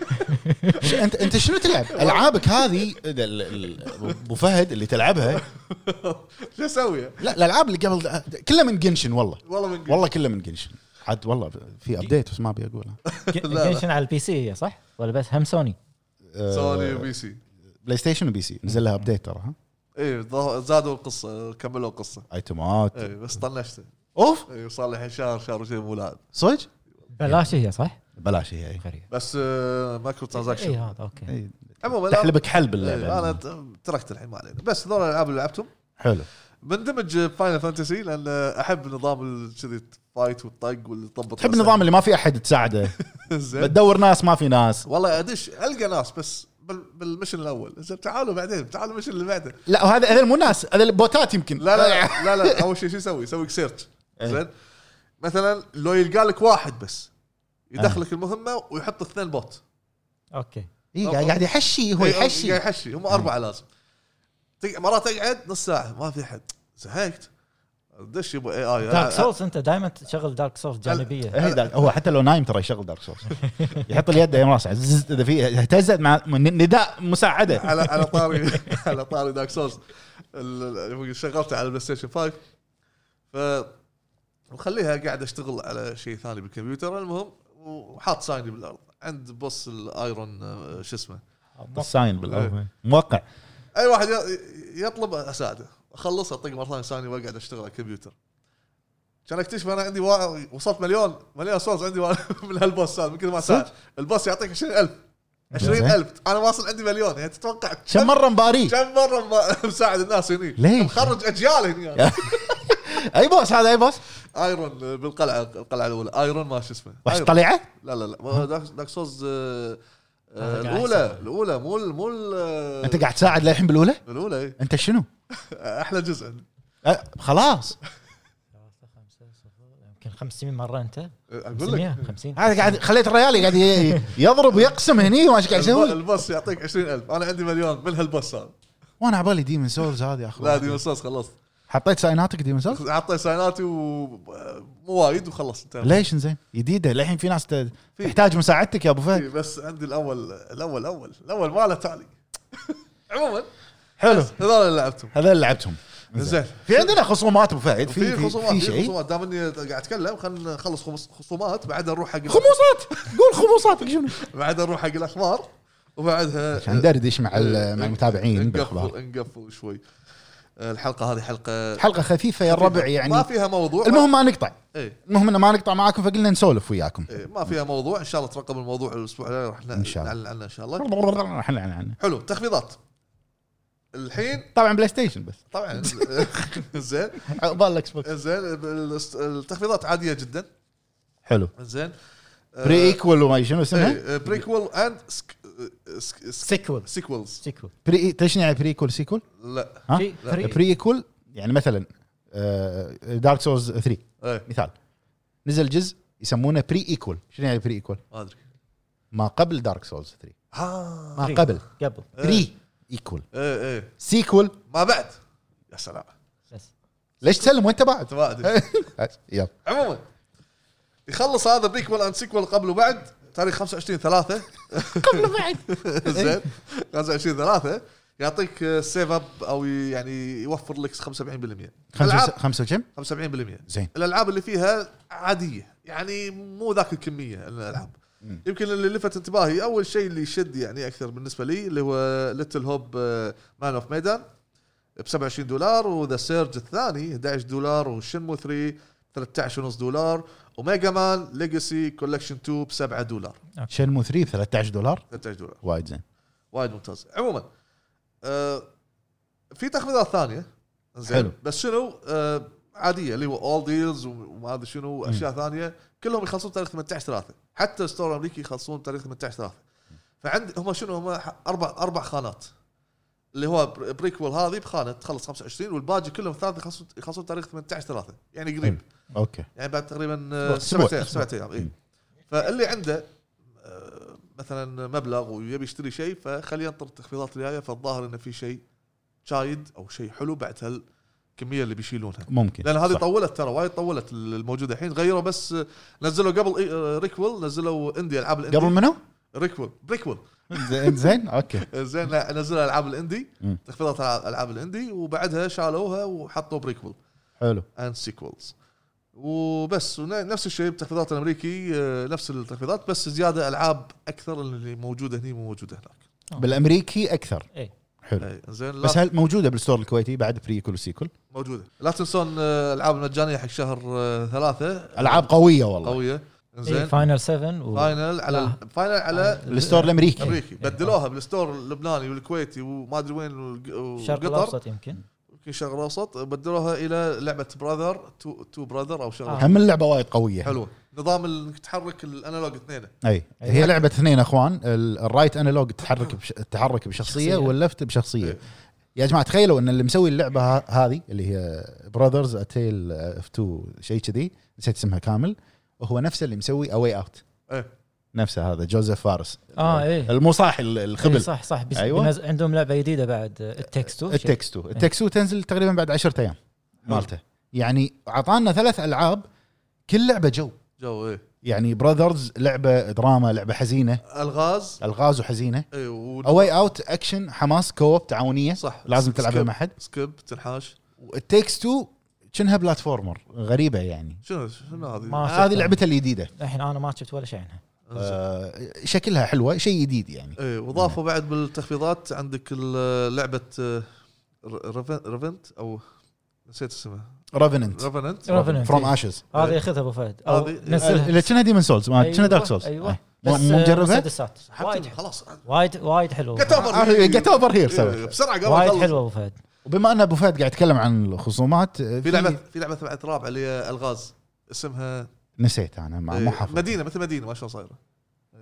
انت انت شنو تلعب العابك هذه ابو فهد اللي تلعبها شو اسوي لا الالعاب اللي قبل كلها من جنشن والله والله من والله كلها من جنشن عاد والله في ابديت بس ما ابي اقولها جنشن على البي سي هي صح ولا بس هم سوني سوني وبي سي بلاي ستيشن وبي سي نزل لها ابديت ترى ها ايه زادوا القصه كملوا القصه ايتمات ايه بس طنشته اوف ايه صار لي شهر شهر وشيء مو لاعب صدق بلاش هي صح بلاش هي بس آه مايكرو ترانزاكشن اي هذا اوكي عموما تحلبك حل باللعبه ايه انا تركت الحين ما علينا بس هذول الالعاب اللي لعبتهم حلو مندمج فاينل فانتسي لان احب نظام كذي فايت والطق واللي طبط تحب النظام اللي ما في احد تساعده بتدور ناس ما في ناس والله ادش القى ناس بس بالمشن الاول زين تعالوا بعدين تعالوا المشن اللي بعده لا وهذا هذول مو ناس هذول البوتات يمكن لا لا لا لا اول شيء شو يسوي يسوي سيرش زين مثلا لو يلقى لك واحد بس يدخلك المهمه ويحط اثنين بوت اوكي اي قاعد يحشي هو يحشي قاعد يحشي هم اربعه لازم مرات تقعد نص ساعه ما في حد زهقت دش يبغى اي اي دارك سولز انت دائما تشغل دارك سولز جانبيه هو حتى لو نايم ترى يشغل دارك سولز يحط اليد يم راسه اذا في اهتزت مع نداء مساعده على على طاري على طاري دارك سولز شغلته على البلاي ستيشن خمسة ف وخليها قاعد اشتغل على شيء ثاني بالكمبيوتر المهم وحاط سايني بالارض عند بوس الايرون شو اسمه الساين بالارض موقع اي واحد يطلب اساعده اخلص اطق مره ثانيه ثانيه واقعد اشتغل على الكمبيوتر عشان اكتشف انا عندي وا... وصلت مليون مليون سولز عندي و... من هالبوس هذا ممكن ما ساعد البوس يعطيك عشرين ألف عشرين ألف انا واصل عندي مليون يعني تتوقع كم مره مباري كم مره مساعد الناس هني ليه مخرج اجيال هني اي بوس هذا اي بوس ايرون بالقلعه القلعه الاولى ايرون ما شو اسمه وش طلعه لا لا لا داك, داك سولز الاولى الاولى مو مو انت قاعد تساعد للحين بالاولى الاولى ايه. انت شنو احلى جزء أه خلاص يمكن خمسمية مره انت اقول لك خمسين هذا قاعد خليت الريال قاعد يضرب ويقسم هني وما ايش قاعد يسوي البوس يعطيك عشرين ألف انا عندي مليون من هالبوس هذا وانا عبالي ديمن سولز هذه اخو لا ديمن سولز خلصت حطيت سايناتك ديمن سولز حطيت سايناتي ومو وايد وخلصت ليش زين جديده للحين في ناس تحتاج مساعدتك يا ابو فهد بس عندي الاول الاول اول الاول ما له تالي عموما حلو هذول اللي لعبتهم هذول اللي لعبتهم زين في عندنا خصومات ابو فهد في في خصومات في شيء خصومات دام اني قاعد اتكلم خلينا نخلص خصومات بعدها نروح حق خموصات قول خموصاتك شنو بعدها نروح حق الاخبار وبعدها عشان ندردش مع مع المتابعين بالاخبار نقفل شوي الحلقه هذه حلقه حلقه خفيفه يا الربع يعني ما فيها موضوع المهم ما نقطع ايه المهم ان ما نقطع معاكم فقلنا نسولف وياكم إيه ما فيها موضوع ان شاء الله ترقب الموضوع الاسبوع الجاي راح نعلن عنه ان شاء الله راح نعلن عنه حلو تخفيضات الحين طبعا بلاي ستيشن بس طبعا زين عقبال الاكس بوكس زين التخفيضات عاديه جدا حلو زين بري ايكوال وما شنو اسمها بريكول اند سيكول سيكولز سيكول بري ايش يعني بري ايكوال سيكول لا بري ايكوال يعني مثلا دارك سولز ثري ايه. مثال نزل جزء يسمونه بري ايكوال شنو يعني بري ايكوال ما ادري ما قبل دارك سولز ثري ها ما قبل قبل بري ايكوال ايه ايه سيكوال ما بعد يا سلام بس ليش تسلم وانت بعد ما ادري يلا عموما يخلص هذا بريكول اند سيكوال قبل وبعد تاريخ خمسة وعشرين ثلاثة قبل وبعد زين خمسة وعشرين ثلاثة يعطيك سيف اب او يعني يوفر لك خمسة وسبعين بالمية خمسة خمسة كم خمسة وسبعين بالمية زين الالعاب اللي فيها عاديه يعني مو ذاك الكميه الالعاب يمكن اللي لفت انتباهي اول شيء اللي يشد يعني اكثر بالنسبه لي اللي هو ليتل هوب مان اوف ميدان ب سبعة وعشرين دولار وذا سيرج الثاني أحد عشر دولار وشنمو ثري ثلاثة عشر ونص دولار وميجا مان ليجاسي كولكشن اثنين ب سبعة دولار شنمو ثري ب ثلاثة عشر دولار ثلاثة عشر دولار وايد زين وايد ممتاز عموما آه في تخفيضات ثانيه زين بس شنو آه عاديه اللي هو اول ديلز وما ادري شنو اشياء ثانيه كلهم يخلصون تاريخ ثمانية عشر ثلاثة حتى ستور امريكي يخلصون تاريخ ثمانية عشر ثلاثة فعند هم شنو هم اربع اربع خانات اللي هو بريكول هذه بخانه تخلص خمسة وعشرين والباقي كلهم ثلاثه يخلصون يخلصون تاريخ ثمانية عشر ثلاثة يعني قريب اوكي يعني بعد تقريبا سبعة سبعة ايام اي فاللي عنده مثلا مبلغ ويبي يشتري شيء فخليه ينطر التخفيضات الجايه فالظاهر انه في شيء شايد او شيء حلو بعد هالكميه اللي بيشيلونها ممكن لان هذه طولت ترى وايد طولت الموجوده الحين غيروا بس نزلوا قبل ريكول نزلوا اندي العاب الاندي قبل منو ريكول بريكول زين اوكي زين نزلوا العاب الاندي تخفيضات العاب الاندي وبعدها شالوها وحطوا بريكول حلو اند سيكولز وبس ونفس الشيء بتخفيضات الامريكي نفس التخفيضات بس زياده العاب اكثر اللي موجوده هنا مو موجوده هناك بالامريكي اكثر اي حلو اي زين بس هل موجوده بالستور الكويتي بعد بريكول وسيكول موجوده لا تنسون العاب المجانيه حق شهر ثلاثة العاب قويه والله قويه زين فاينل سبعة و... فاينل على فاينل على الستور الامريكي امريكي بدلوها بالستور اللبناني والكويتي وما ادري وين الشرق الاوسط يمكن يمكن شرق الاوسط بدلوها الى لعبه براذر تو, تو براذر او شغله آه. هم اللعبه وايد قويه حلوه نظام انك تحرك الانالوج اثنين اي هي لعبه اثنين اخوان الرايت انالوج تحرك بش... تحرك بشخصيه واللفت بشخصيه أي. يا جماعه تخيلوا ان اللي مسوي اللعبه هذه اللي هي براذرز اتيل اف تو شيء كذي نسيت اسمها كامل وهو نفسه اللي مسوي اواي اوت ايه نفسه هذا جوزيف فارس اه ايه المصاحي الخبل إيه صح صح بس أيوة. بنز... عندهم لعبه جديده بعد التكستو التكستو التكستو تنزل تقريبا بعد عشرة ايام مالته يعني اعطانا ثلاث العاب كل لعبه جو جو ايه يعني براذرز لعبه دراما لعبه حزينه الغاز الغاز وحزينه ايه و... اواي اوت اكشن حماس كوب تعاونيه صح لازم تلعبها مع حد سكيب تنحاش والتكستو كأنها بلاتفورمر غريبه يعني شنو شنو هذه هذه لعبتها الجديدة الحين انا ما شفت ولا شيء عنها آه شكلها حلوه شيء جديد يعني ايه وضافوا بعد بالتخفيضات عندك لعبه ريفنت او نسيت اسمها ريفننت ريفننت فروم اشز هذه ياخذها ابو فهد هذه اللي كنا ديمن سولز ما كنا دارك سولز ايوه مو مجربها وايد خلاص وايد وايد حلو جت اوفر هير سوي بسرعه قبل وايد حلو ابو فهد وبما ان ابو فهد قاعد يتكلم عن الخصومات في لعبه في لعبه بعد رابعه اللي هي الغاز اسمها نسيت انا مو حافظ مدينه مثل مدينه ما شلون صايره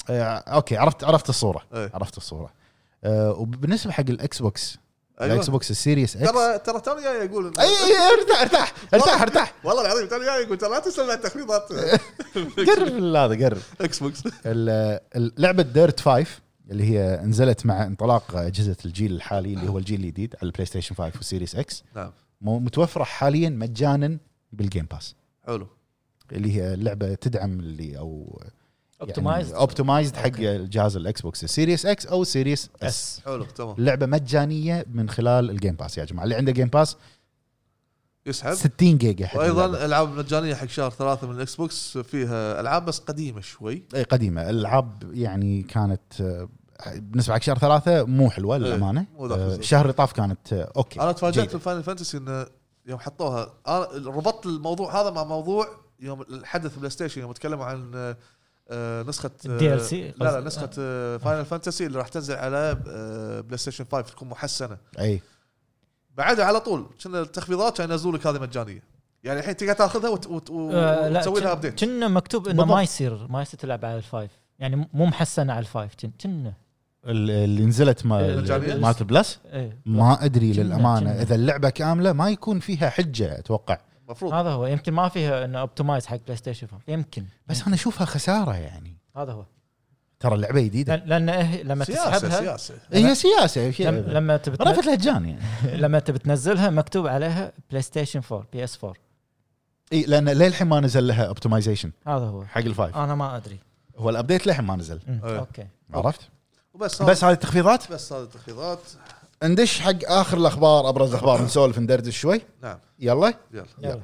آه اوكي عرفت عرفت الصوره أيه. عرفت الصوره. آه وبالنسبه حق الاكس بوكس أيوة. الاكس بوكس السيريس اكس ترى ترى توني جاي يقول اي اي ارتاح ارتاح ارتاح ارتاح والله العظيم توني جاي يقول ترى لا تسلم على التخفيضات. قرب هذا قرب. اكس بوكس اللعبه ديرت فايف اللي هي نزلت مع انطلاق اجهزه الجيل الحالي اللي هو الجيل الجديد على البلاي ستيشن خمسة والسيريس اكس. نعم متوفره حاليا مجانا بالجيم باس. حلو. اللي هي اللعبه تدعم اللي او اوبتمايزد اوبتمايزد حق الجهاز الاكس بوكس السيريس اكس او سيريس اس. حلو تمام. اللعبه مجانيه من خلال الجيم باس يا جماعه. اللي عنده جيم باس يسحب ستين جيجا. وايضا العاب مجانيه حق شهر ثلاثة من الاكس بوكس فيها العاب بس قديمه شوي. اي قديمه الالعاب يعني كانت بالنسبه حق شهر ثلاثة مو حلوه للامانه. الشهر اللي طاف كانت اوكي. انا تفاجأت في فاينل فانتسي انه يوم حطوها انا ربطت الموضوع هذا مع موضوع يوم الحدث بلاي ستيشن يوم تكلموا عن نسخه الدي ال سي. لا لا نسخه فاينل فانتسي اللي راح تنزل على بلاي ستيشن خمسة تكون محسنه. اي بعدها على طول كنا التخفيضات كانوا ينزلوا لك هذه مجانيه يعني الحين تقدر تاخذها وت... وت... وتسوي لها ابديت. كنا مكتوب انه ما يصير ما يصير تلعب على الفايف يعني مو محسنه على الفايف. كنا اللي نزلت مال مالت بلس ما ادري للامانه اذا اللعبه كامله ما يكون فيها حجه اتوقع. مفروض هذا هو يمكن ما فيها انه اوبتمايز حق بلاي ستيشن يمكن. بس انا اشوفها خساره يعني. هذا هو ترى اللعبه جديده لان إيه لما سياسة تسحبها سياسة. هي سياسه لما, لما تبت رفت لهجان يعني. لما تبي تنزلها مكتوب عليها بلاي ستيشن فور بي اس فور. اي لان للحين ما نزل لها اوبتمايزيشن هذا هو حق الفايف. انا ما ادري هو الابديت للحين ما نزل. أيه. اوكي عرفت وبس بس هذه التخفيضات. بس هذه التخفيضات. ندش حق اخر الاخبار ابرز الاخبار نسولف ندردش شوي. نعم يلا يلا, يلا.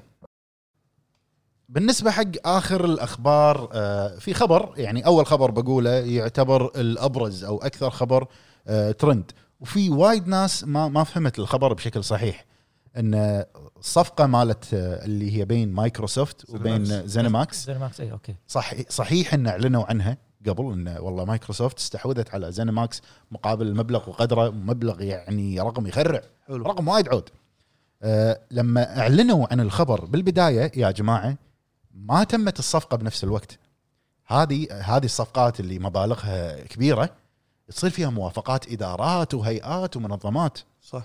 بالنسبه حق اخر الاخبار آه في خبر يعني اول خبر بقوله يعتبر الابرز او اكثر خبر آه ترند وفي وايد ناس ما ما فهمت الخبر بشكل صحيح. ان الصفقه مالت آه اللي هي بين مايكروسوفت وبين زينماكس زينماكس اي اوكي صح صحيح ان اعلنوا عنها قبل ان والله مايكروسوفت استحوذت على زينماكس مقابل مبلغ وقدره مبلغ يعني رقم يخرع. حلو. رقم وايد عود. آه لما اعلنوا عن الخبر بالبدايه يا جماعه ما تمت الصفقه بنفس الوقت. هذه هذه الصفقات اللي مبالغها كبيره تصير فيها موافقات ادارات وهيئات ومنظمات. صح.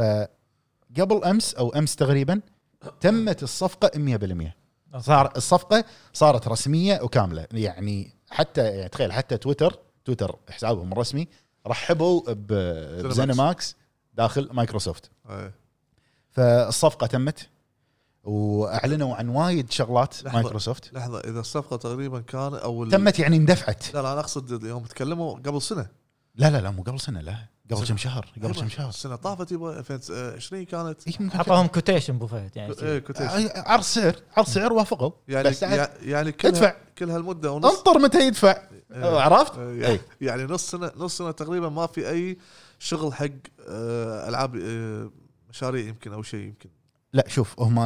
فقبل امس او امس تقريبا تمت الصفقه مية بالمية. صار الصفقه صارت رسميه وكامله يعني حتى يعني تخيل حتى تويتر تويتر حسابهم الرسمي رحبوا بزينماكس داخل مايكروسوفت. أيه. فالصفقه تمت واعلنوا عن وايد شغلات لحظة مايكروسوفت. لحظه اذا الصفقه تقريبا كان او تمت يعني اندفعت. لا لا انا اقصد يوم تكلموا قبل سنه. لا لا لا مو قبل سنه لا قبل كم شهر قبل كم شهر السنه طافت يبا ألفين وعشرين كانت حطهم كوتيشن بو فهد يعني ايه كوتيشن عرض سعر عرض سعر وافقوا يعني يعني كل ادفع كل هالمده ونص انطر متى يدفع. ايه عرفت ايه يعني نص سنه نص سنه تقريبا ما في اي شغل حق العاب مشاريع يمكن او شيء يمكن. لا شوف هم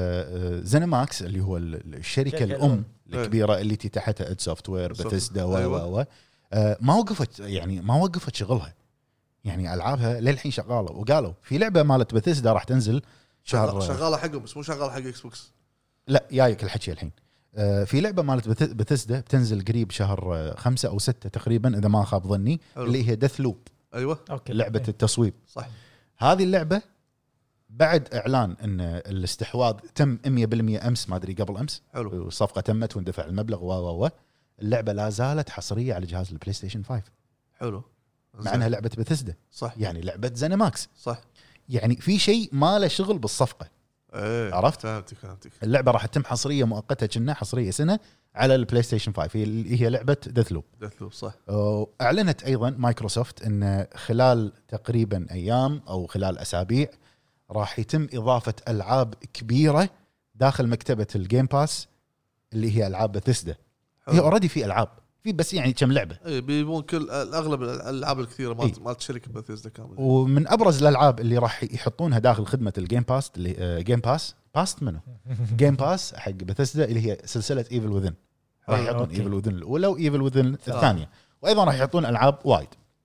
زينماكس اللي هو الشركه الام الكبيره اللي تحتها اد سوفت وير بثيسدا و و ما وقفت يعني ما وقفت شغلها يعني العابها للحين شغاله. وقالوا في لعبه مالت بثيسدا راح تنزل شهر شغاله حقهم بس مو شغاله حق اكس بوكس. لا جايك الحكي الحين. في لعبه مالت بثيسدا بتنزل قريب شهر خمسة او ستة تقريبا اذا ما خاب ظني. حلو. اللي هي ديث لوب. ايوه أوكي. لعبه التصويب. صح. هذه اللعبه بعد اعلان ان الاستحواذ تم مية بالمية امس ما ادري قبل امس. حلو. والصفقه تمت واندفع المبلغ و و اللعبه لا زالت حصريه على جهاز البلاي ستيشن خمسة. حلو. مع انها لعبه بثيسدا. صح. يعني لعبه زينماكس. صح. يعني في شيء ما له شغل بالصفقه. ايه عرفت فهمتك فهمتك. اللعبه راح تتم حصريه مؤقته كنا حصريه سنه على البلاي ستيشن خمسة. هي هي لعبه ديث لوب. ديث لوب صح. اعلنت ايضا مايكروسوفت ان خلال تقريبا ايام او خلال اسابيع راح يتم اضافه العاب كبيره داخل مكتبه الجيم باس اللي هي العاب بثيسدا. هي اوريدي في العاب في بس يعني كم لعبه. اي بيبون كل الاغلب الالعاب الكثيره مالت إيه؟ مالت شركه بثيسدا كامله. ومن ابرز الالعاب اللي راح يحطونها داخل خدمه الجيم باس اللي جيم باس باست منه جيم باس حق بثيسدا اللي هي سلسله ايفل وذن. راح يحطون ايفل وذن الاولى وايفل وذن الثانيه وايضا راح يحطون العاب وايد.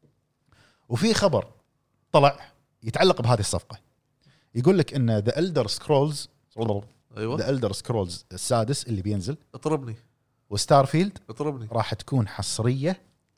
وفي خبر طلع يتعلق بهذه الصفقه يقول لك ان ذا إلدر سكرولز ايوه ذا إلدر سكرولز السادس اللي بينزل اطربني وستار فيلد اطربني راح تكون حصريه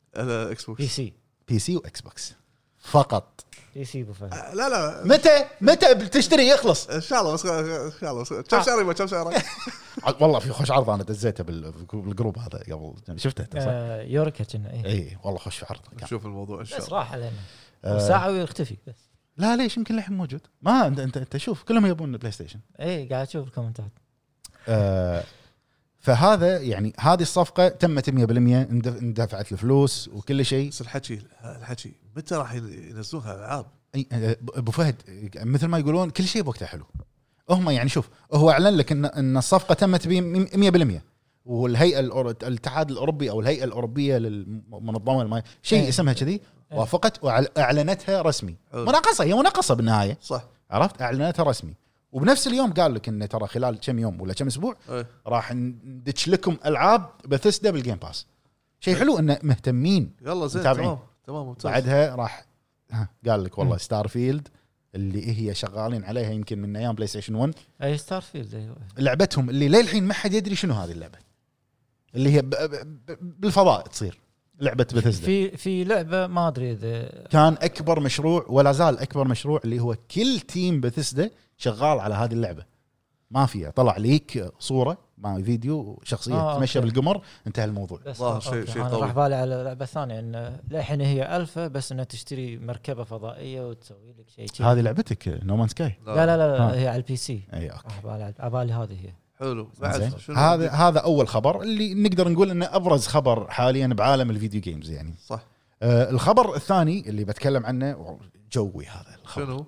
اكس بوكس بي سي بي سي واكس بوكس فقط. بي سي ابو فهد. لا لا متى متى بتشتري يخلص ان شاء الله بس ان شاء الله كم شهر ما كم شهر والله في خوش عرض انا دزيته بالجروب هذا قبل شفته صح آه يوركا كنا اي اي والله خوش عرض نشوف الموضوع ان شاء بس الله راح علينا آه. ساعه ويختفي بس. لا ليش يمكن للحين موجود ما انت انت, انت شوف كلهم يبون بلاي ستيشن. اي قاعد اشوف الكومنتات. آه فهذا يعني هذه الصفقه تمت مية بالمية اندفعت الفلوس وكل شيء. بس الحكي الحكي متى راح ينزلونها العاب؟ اي ابو فهد مثل ما يقولون كل شيء بوقته حلو. هم يعني شوف هو اعلن لك ان ان الصفقه تمت مية بالمية والهيئه الاتحاد الاوروبي او الهيئه الاوروبيه للمنظمه الم... شيء أيه. اسمها كذي أيه. وافقت واعلنتها رسمي. مناقصه هي مناقصه بالنهايه صح عرفت اعلنتها رسمي وبنفس اليوم قال لك ان ترى خلال كم يوم ولا كم اسبوع أيه. راح ندش لكم العاب بثيسدا بالجيم باس. شيء حلو انه مهتمين يلا زين متابعين. تمام تمام ممتاز. بعدها راح قال لك والله م. ستار فيلد اللي هي شغالين عليها يمكن من ايام بلاي ستيشن واحد اي ستار فيلد ايوه لعبتهم اللي للحين ما حد يدري شنو هذه اللعبه اللي هي ب ب بالفضاء تصير لعبه بثيسدا. في في لعبه ما ادري اذا كان اكبر مشروع ولا زال اكبر مشروع اللي هو كل تيم بثيسدا شغال على هذه اللعبه. ما فيها طلع ليك صوره مع فيديو شخصيه آه تمشى أوكي. بالقمر انتهى الموضوع. والله شيء شيء انا قوي. راح بالي على لعبه ثانيه ان للحين هي الفا بس انها تشتري مركبه فضائيه وتسوي لك شيء كذي. هذه لعبتك نو مان سكاي. لا لا لا, لا آه. هي على البي سي. اي اوكي راح بالي على بالي هذه هي. حلو بعد هذا هذا اول خبر اللي نقدر نقول انه ابرز خبر حاليا بعالم الفيديو جيمز يعني. صح. آه الخبر الثاني اللي بتكلم عنه جوي هذا الخبر. شنو؟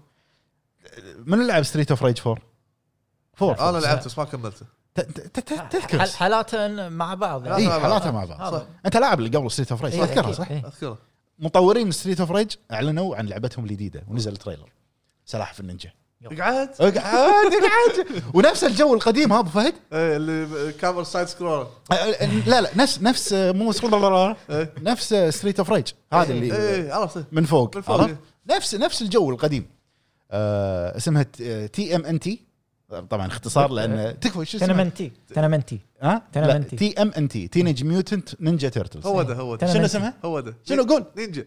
من لعب ستريت اوف ريج فور؟ فور انا لعبت بس ما كملته. تذكر حالاتهم مع بعض اي حالاتها مع بعض. صح. انت لاعب اللي قبل ستريت اوف ريج تذكرها صح؟ اذكره. مطورين ستريت اوف ريج اعلنوا عن لعبتهم الجديده ونزل تريلر سلاحف النينجا. اقعد اقعد اقعد ونفس الجو القديم ها ابو فهد. ايه اللي كاميرا سايد سكرول. لا لا نفس نفس مو نفس ستريت اوف ريج هذا اللي ايه عرفت من فوق, من فوق. نفس نفس الجو القديم. آه اسمها تي ام ان تي طبعا اختصار لان تكفى شو اسمه تنمنتي تنمنتي ها تنمنتي تي ام ان تي تينيج ميوتنت نينجا تيرتلز. هو ده هو ده شنو اسمها؟ هو ده شنو قول نينجا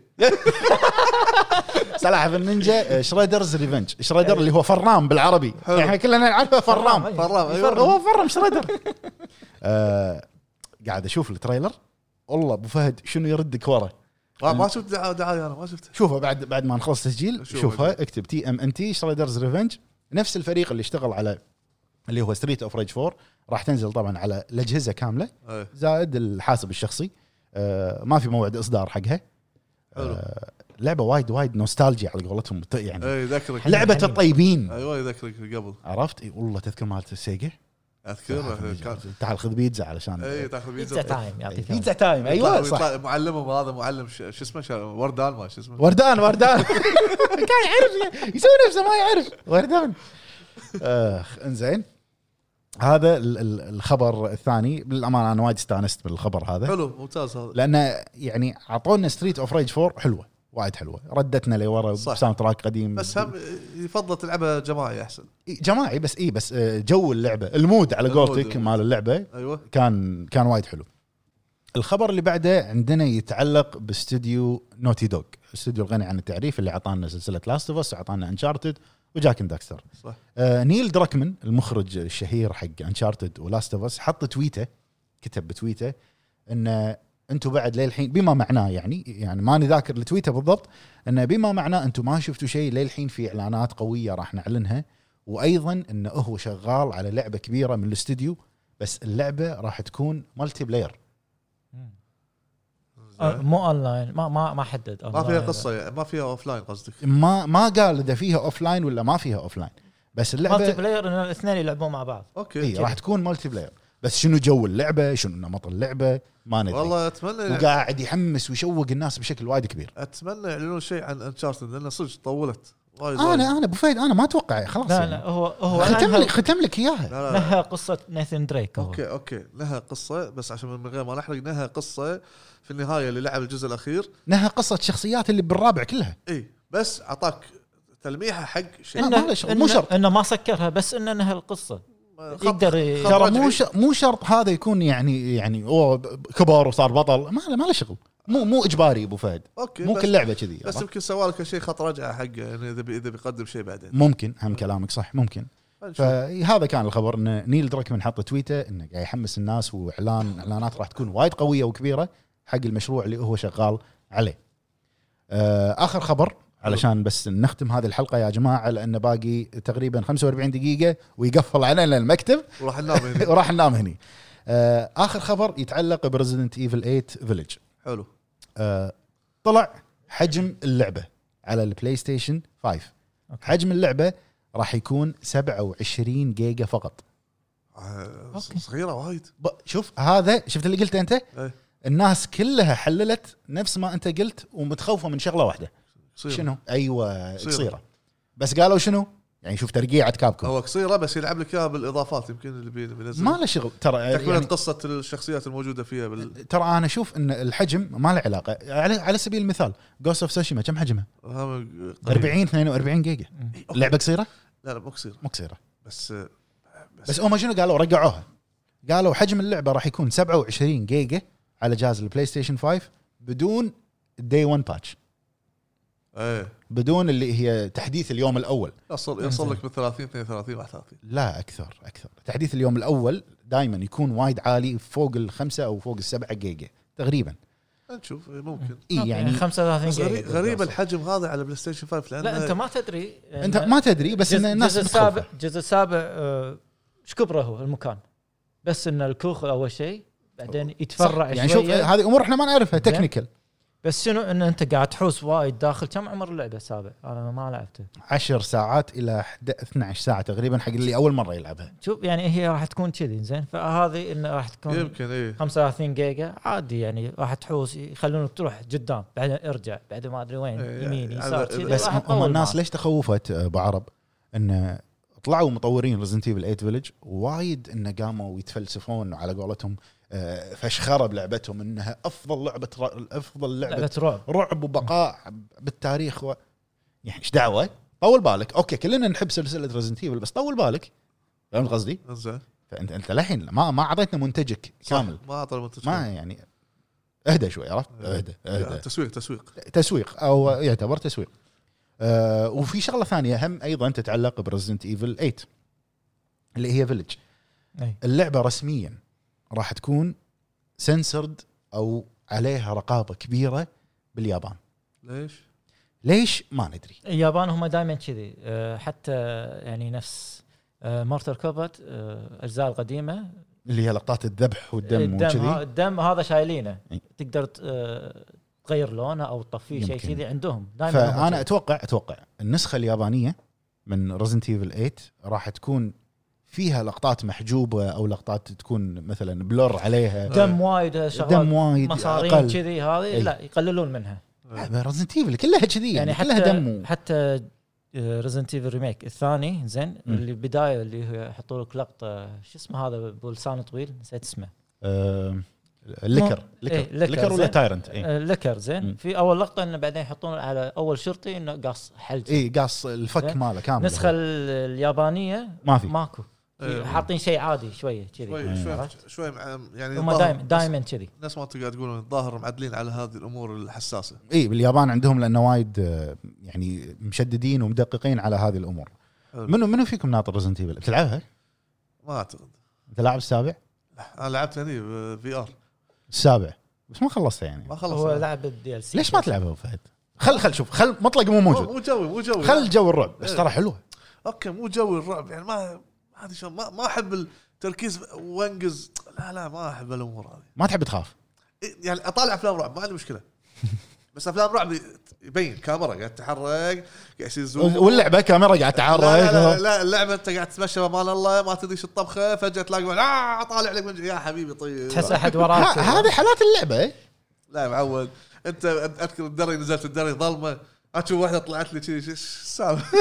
سلاحف النينجا شريدرز ريفنج. شريدر اللي هو فرام بالعربي احنا كلنا نعرفه فرام فرام ايوه هو فرام شريدر. آه قاعد اشوف التريلر والله ابو فهد شنو يردك ورا. ما شفت دعايه انا ما شفت. شوفها بعد بعد ما نخلص تسجيل شوفها شوف اكتب تي ام ان تي شريدرز ريفنج. نفس الفريق اللي اشتغل على اللي هو ستريت اوف ريج فور راح تنزل طبعا على الاجهزه كامله أيه. زائد الحاسب الشخصي. آه ما في موعد اصدار حقها. آه لعبه وايد وايد نوستالجيا على قولتهم يعني. اي ذكرك لعبه الطيبين. ايوه يذكرك قبل عرفت اي والله تذكر مالت السيجا اذكر كان تعال خذ بيتزا علشان اي تاخذ بيتزا بيتزا تايم يعطيك بيتزا تايم ايوه صح. معلمهم هذا معلم شو اسمه وردان ما شو اسمه وردان وردان كان يعرف يسوي نفسه ما يعرف وردان. اخ انزين هذا الخبر الثاني بالامانه انا وايد استانست بالخبر هذا. حلو ممتاز هذا لانه يعني اعطونا ستريت اوف ريج فور حلوه وايد حلوه ردتنا لورا بساوند تراك قديم بس هم يفضل تلعبها جماعي احسن. جماعي بس اي بس جو اللعبه المود على قولتك مال اللعبه أيوة. كان كان وايد حلو. الخبر اللي بعده عندنا يتعلق باستوديو نوتي دوغ استوديو الغني عن التعريف اللي اعطانا سلسله لاست اوف اس وعطانا انشارتد وجاك اند داكستر. صح. آه نيل دراكمان المخرج الشهير حق انشارتد ولاست اوف اس حط تويته كتب بتويته ان انتم بعد للحين بما معناه يعني يعني ماني ذاكر التويته بالضبط انه بما معناه انتم ما شفتوا شيء للحين في اعلانات قويه راح نعلنها وايضا انه هو شغال على لعبه كبيره من الاستوديو بس اللعبه راح تكون مالتي بلاير مو اونلاين ما ما ما حدد ما فيها قصه يعني ما فيها اوف لاين قصدك ما ما قال اذا فيها اوف لاين ولا ما فيها اوف لاين بس اللعبه مالتي بلاير ان الاثنين يلعبون مع بعض. اوكي إيه راح تكون مالتي بلاير بس شنو جو اللعبه شنو نمط اللعبه ما ندري والله اتمنى وقاعد يحمس ويشوق الناس بشكل وايد كبير. اتمنى يعلنون شيء عن انشارتد لانه صدق طولت وايد انا وايد. انا ابو فهد انا ما اتوقع خلاص لا يعني. لا هو هو ختم لك ختم لك اياها لا لا لها قصه ناثن دريك. هو. اوكي اوكي لها قصه بس عشان من غير ما نحرق لها قصه في النهايه اللي لعب الجزء الاخير انها قصه شخصيات اللي بالرابع كلها. اي بس اعطاك تلميحه حق شيء إنه إنه مو شرط انه ما سكرها بس انه انها القصه يقدر ترى مو مو شرط هذا يكون يعني يعني اوه كبر وصار بطل ما له ما له شغل مو مو اجباري ابو فهد. أوكي مو كل لعبه كذي، بس يمكن سوالك شيء خط رجعه حقه يعني اذا اذا بيقدم شيء بعدين ممكن. هم كلامك صح ممكن. فهذا كان الخبر ان نيل دراكمان حط تويته انه قاعد يحمس الناس واعلان اعلانات راح تكون وايد قويه وكبيره حق المشروع اللي هو شغال عليه. اخر خبر علشان بس نختم هذه الحلقه يا جماعه لان باقي تقريبا خمسة وأربعين دقيقه ويقفل علينا المكتب وراح ننام هنا وراح ننام هني. اخر خبر يتعلق بريزيدنت ايفل ثمانية فيلج. حلو. طلع حجم اللعبه على البلاي ستيشن خمسة. حجم اللعبه راح يكون سبعة وعشرين جيجا فقط. آه صغيره وايد. شوف هذا شفت اللي قلته انت ايه؟ الناس كلها حللت نفس ما انت قلت ومتخوفه من شغله واحده. صيرة. شنو ايوه قصيره بس قالوا شنو يعني شوف ترقيعه كابكم هو قصيره بس يلعب لك اياها بالاضافات يمكن اللي بينزل ما له شغل ترى تكمله يعني قصه الشخصيات الموجوده فيها بال... ترى انا اشوف ان الحجم ما له علاقه. على على سبيل المثال جوست اوف سوشيما كم حجمها أربعين اثنين وأربعين جيجا. اللعبه قصيره لا لا مو قصيره مو قصيره بس بس, بس هم شنو قالوا رجعوها قالوا حجم اللعبه راح يكون سبعة وعشرين جيجا على جهاز البلاي ستيشن خمسة بدون داي واحد باتش. ايه بدون اللي هي تحديث اليوم الاول يصل يصل لك من ثلاثين اثنين وثلاثين واحد وثلاثين. لا اكثر اكثر. تحديث اليوم الاول دائما يكون وايد عالي فوق الخمسة او فوق السبعة جيجا تقريبا. نشوف ممكن اي يعني خمسة وثلاثين جيجا. غريب الحجم هذا على بلاي ستيشن خمسة لأن لا انت ما تدري انت ما تدري بس ان الناس الجزء السابع الجزء السابع ايش كبره هو المكان بس ان الكوخ اول شيء بعدين يتفرع يعني شوف هذه امور احنا ما نعرفها تكنيكال. بس شنو ان انت قاعد تحوس وايد داخل. كم عمر اللعبه السابع؟ انا ما لعبته. عشر ساعات الى اثنا عشر ساعه تقريبا حق اللي اول مره يلعبها. شوف يعني هي راح تكون كذي زين. فهذه انه راح تكون يمكن ايه خمسة وثلاثين جيجا عادي يعني راح تحوس يخلونك تروح قدام بعدين ارجع بعدين ما ادري وين إيه يمين يسار كذي. بس هم الناس ليش تخوفت ابو عرب ان طلعوا مطورين ريزنت ايفل ثمانية فيلج وايد انه قاموا يتفلسفون على قولتهم فشخره بلعبتهم انها افضل لعبه افضل لعبه, لعبة رعب. رعب وبقاء بالتاريخ و... يعني ايش دعوه طول بالك. اوكي كلنا نحب سلسله ريزنت ايفل بس طول بالك فهمت قصدي. زين فانت انت الحين ما ما اعطيتنا منتجك كامل. ما اعطى المنتج ما يعني اهدى شوي عرفت اهدى اهدى تسويق تسويق تسويق او يعتبر تسويق. آه وفي شغله ثانيه هم ايضا تتعلق بريزنت ايفل ثمانية اللي هي فيلج. اللعبه رسميا راح تكون سنسرد او عليها رقابه كبيره باليابان. ليش ليش ما ندري. اليابان هم دائما كذي حتى يعني نفس مارتل كومبات الاجزاء القديمه اللي هي لقطات الذبح والدم وكذي. الدم هذا شايلينه تقدر تغير لونه او تطفيه شيء كذي عندهم دائما. فانا اتوقع اتوقع النسخه اليابانيه من ريزنت ايفل ثمانية راح تكون فيها لقطات محجوبه او لقطات تكون مثلا بلور عليها دم وايد شغلات دم وايد مصارين كذي هذه لا يقللون منها. ريزنت ايفل كلها كذي يعني, يعني كلها دم. حتى ريزنت ايفل ريميك الثاني زين م. اللي بدايه اللي هو يحطوا لك لقطه شو اسمه هذا بلسان طويل نسيت اسمه أه ليكر ليكر إيه ليكر ولا تايرنت إيه؟ ليكر زين م. في اول لقطه انه بعدين يحطون على اول شرطي انه قاص حلج اي قاص الفك ماله كامل. النسخه اليابانيه ما في ماكو حاطين شيء عادي شويه كذي شوي شوي شوي يعني هم دائما دائما كذي الناس ما تقدر تقولون الظاهر معدلين على هذه الامور الحساسه. اي باليابان عندهم لانه وايد يعني مشددين ومدققين على هذه الامور. منو منو فيكم ناطر ريزنت ايفل بتلعبها؟ ما اعتقد. انت لاعب السابع؟ لا انا لعبت هني في ار السابع بس ما خلصته يعني. ما خلص هو لعب الدي ال سي. ليش ما تلعبه فهد؟ خل خل شوف خل مطلق مو موجود. مو جوي مو جوي خل جو الرعب بس ترى حلوه. اوكي مو جوي الرعب يعني ما هذه شو ما ما احب التركيز وانجز. لا لا ما احب الامور هذه. ما تحب تخاف يعني اطالع افلام رعب ما عندي مشكله بس افلام رعب يبين كاميرا قاعد تتحرك قاعد يصير زوم واللعبه كاميرا قاعد تتحرك. لا, لا, لا اللعبه انت قاعد تتمشى امان الله ما تدري شو الطبخه فجاه تلاقي اه طالع لك من يا حبيبي طيب تحس احد وراك. هذه حالات اللعبه. لا معود انت اذكر الدري نزلت الدري ظلمه اشوف واحده طلعت لي كذي ايش السالفه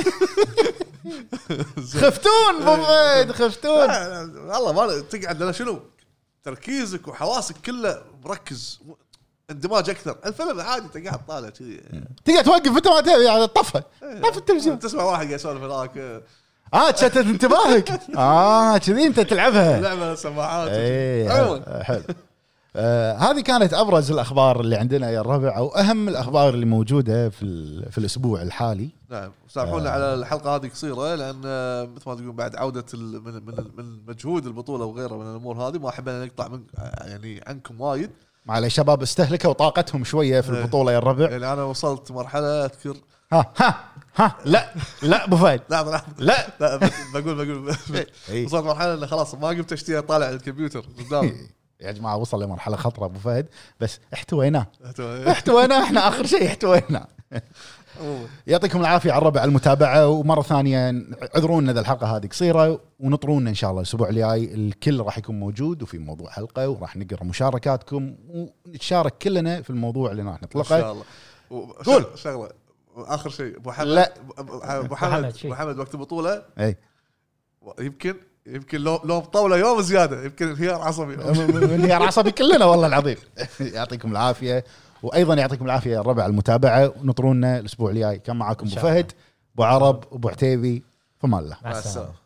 خفتون بوفيد خفتون. والله ما تقعد لنا شنو تركيزك وحواسك كله مركز اندماج اكثر. الفيلم عادي انت قاعد طالع كذي تقعد توقف انت ما تبي يعني طفه طف التلفزيون تسمع واحد قاعد يسولف هناك اه تشتت انتباهك اه كذي انت تلعبها لعبه سماعات. اي حلو. آه هذه كانت ابرز الاخبار اللي عندنا يا الربع، او اهم الاخبار اللي موجوده في في الاسبوع الحالي. نعم سامحونا آه. على الحلقه هذه قصيره، لان مثل ما تقول بعد عوده من من من مجهود البطوله وغيره من الامور هذه ما احب ان نقطع من يعني عنكم وايد. معلي شباب استهلكوا طاقتهم شويه في البطوله يا الربع. يعني انا وصلت مرحله اذكر ها ها ها لا لا ابو فهد لا لا لا, لا بقول بقول وصلت مرحله انه خلاص ما قمت اشتري طالع الكمبيوتر قدام. يا جماعه وصل لمرحله خطره ابو فهد، بس احتويناه احتويناه احنا اخر شيء احتويناه. يعطيكم العافيه على الربع المتابعه، ومره ثانيه عذرونا اذا الحلقه هذه قصيره، ونطرونا ان شاء الله الاسبوع الجاي الكل راح يكون موجود وفي موضوع حلقه، وراح نقرا مشاركاتكم ونتشارك كلنا في الموضوع اللي راح نطلقه ان شاء الله. قول شغله اخر شيء ابو حمد لا. ابو حمد ابو حمد وقت البطوله اي يمكن يمكن لو لو طاوله يوم زياده يمكن انهيار عصبي انهيار عصبي كلنا والله العظيم. يعطيكم العافيه، وايضا يعطيكم العافيه يا الربع المتابعه، ونطرونا الاسبوع الجاي. كان معاكم ابو فهد، ابو عرب، ابو عتيبي، فما الله. مع السلامه.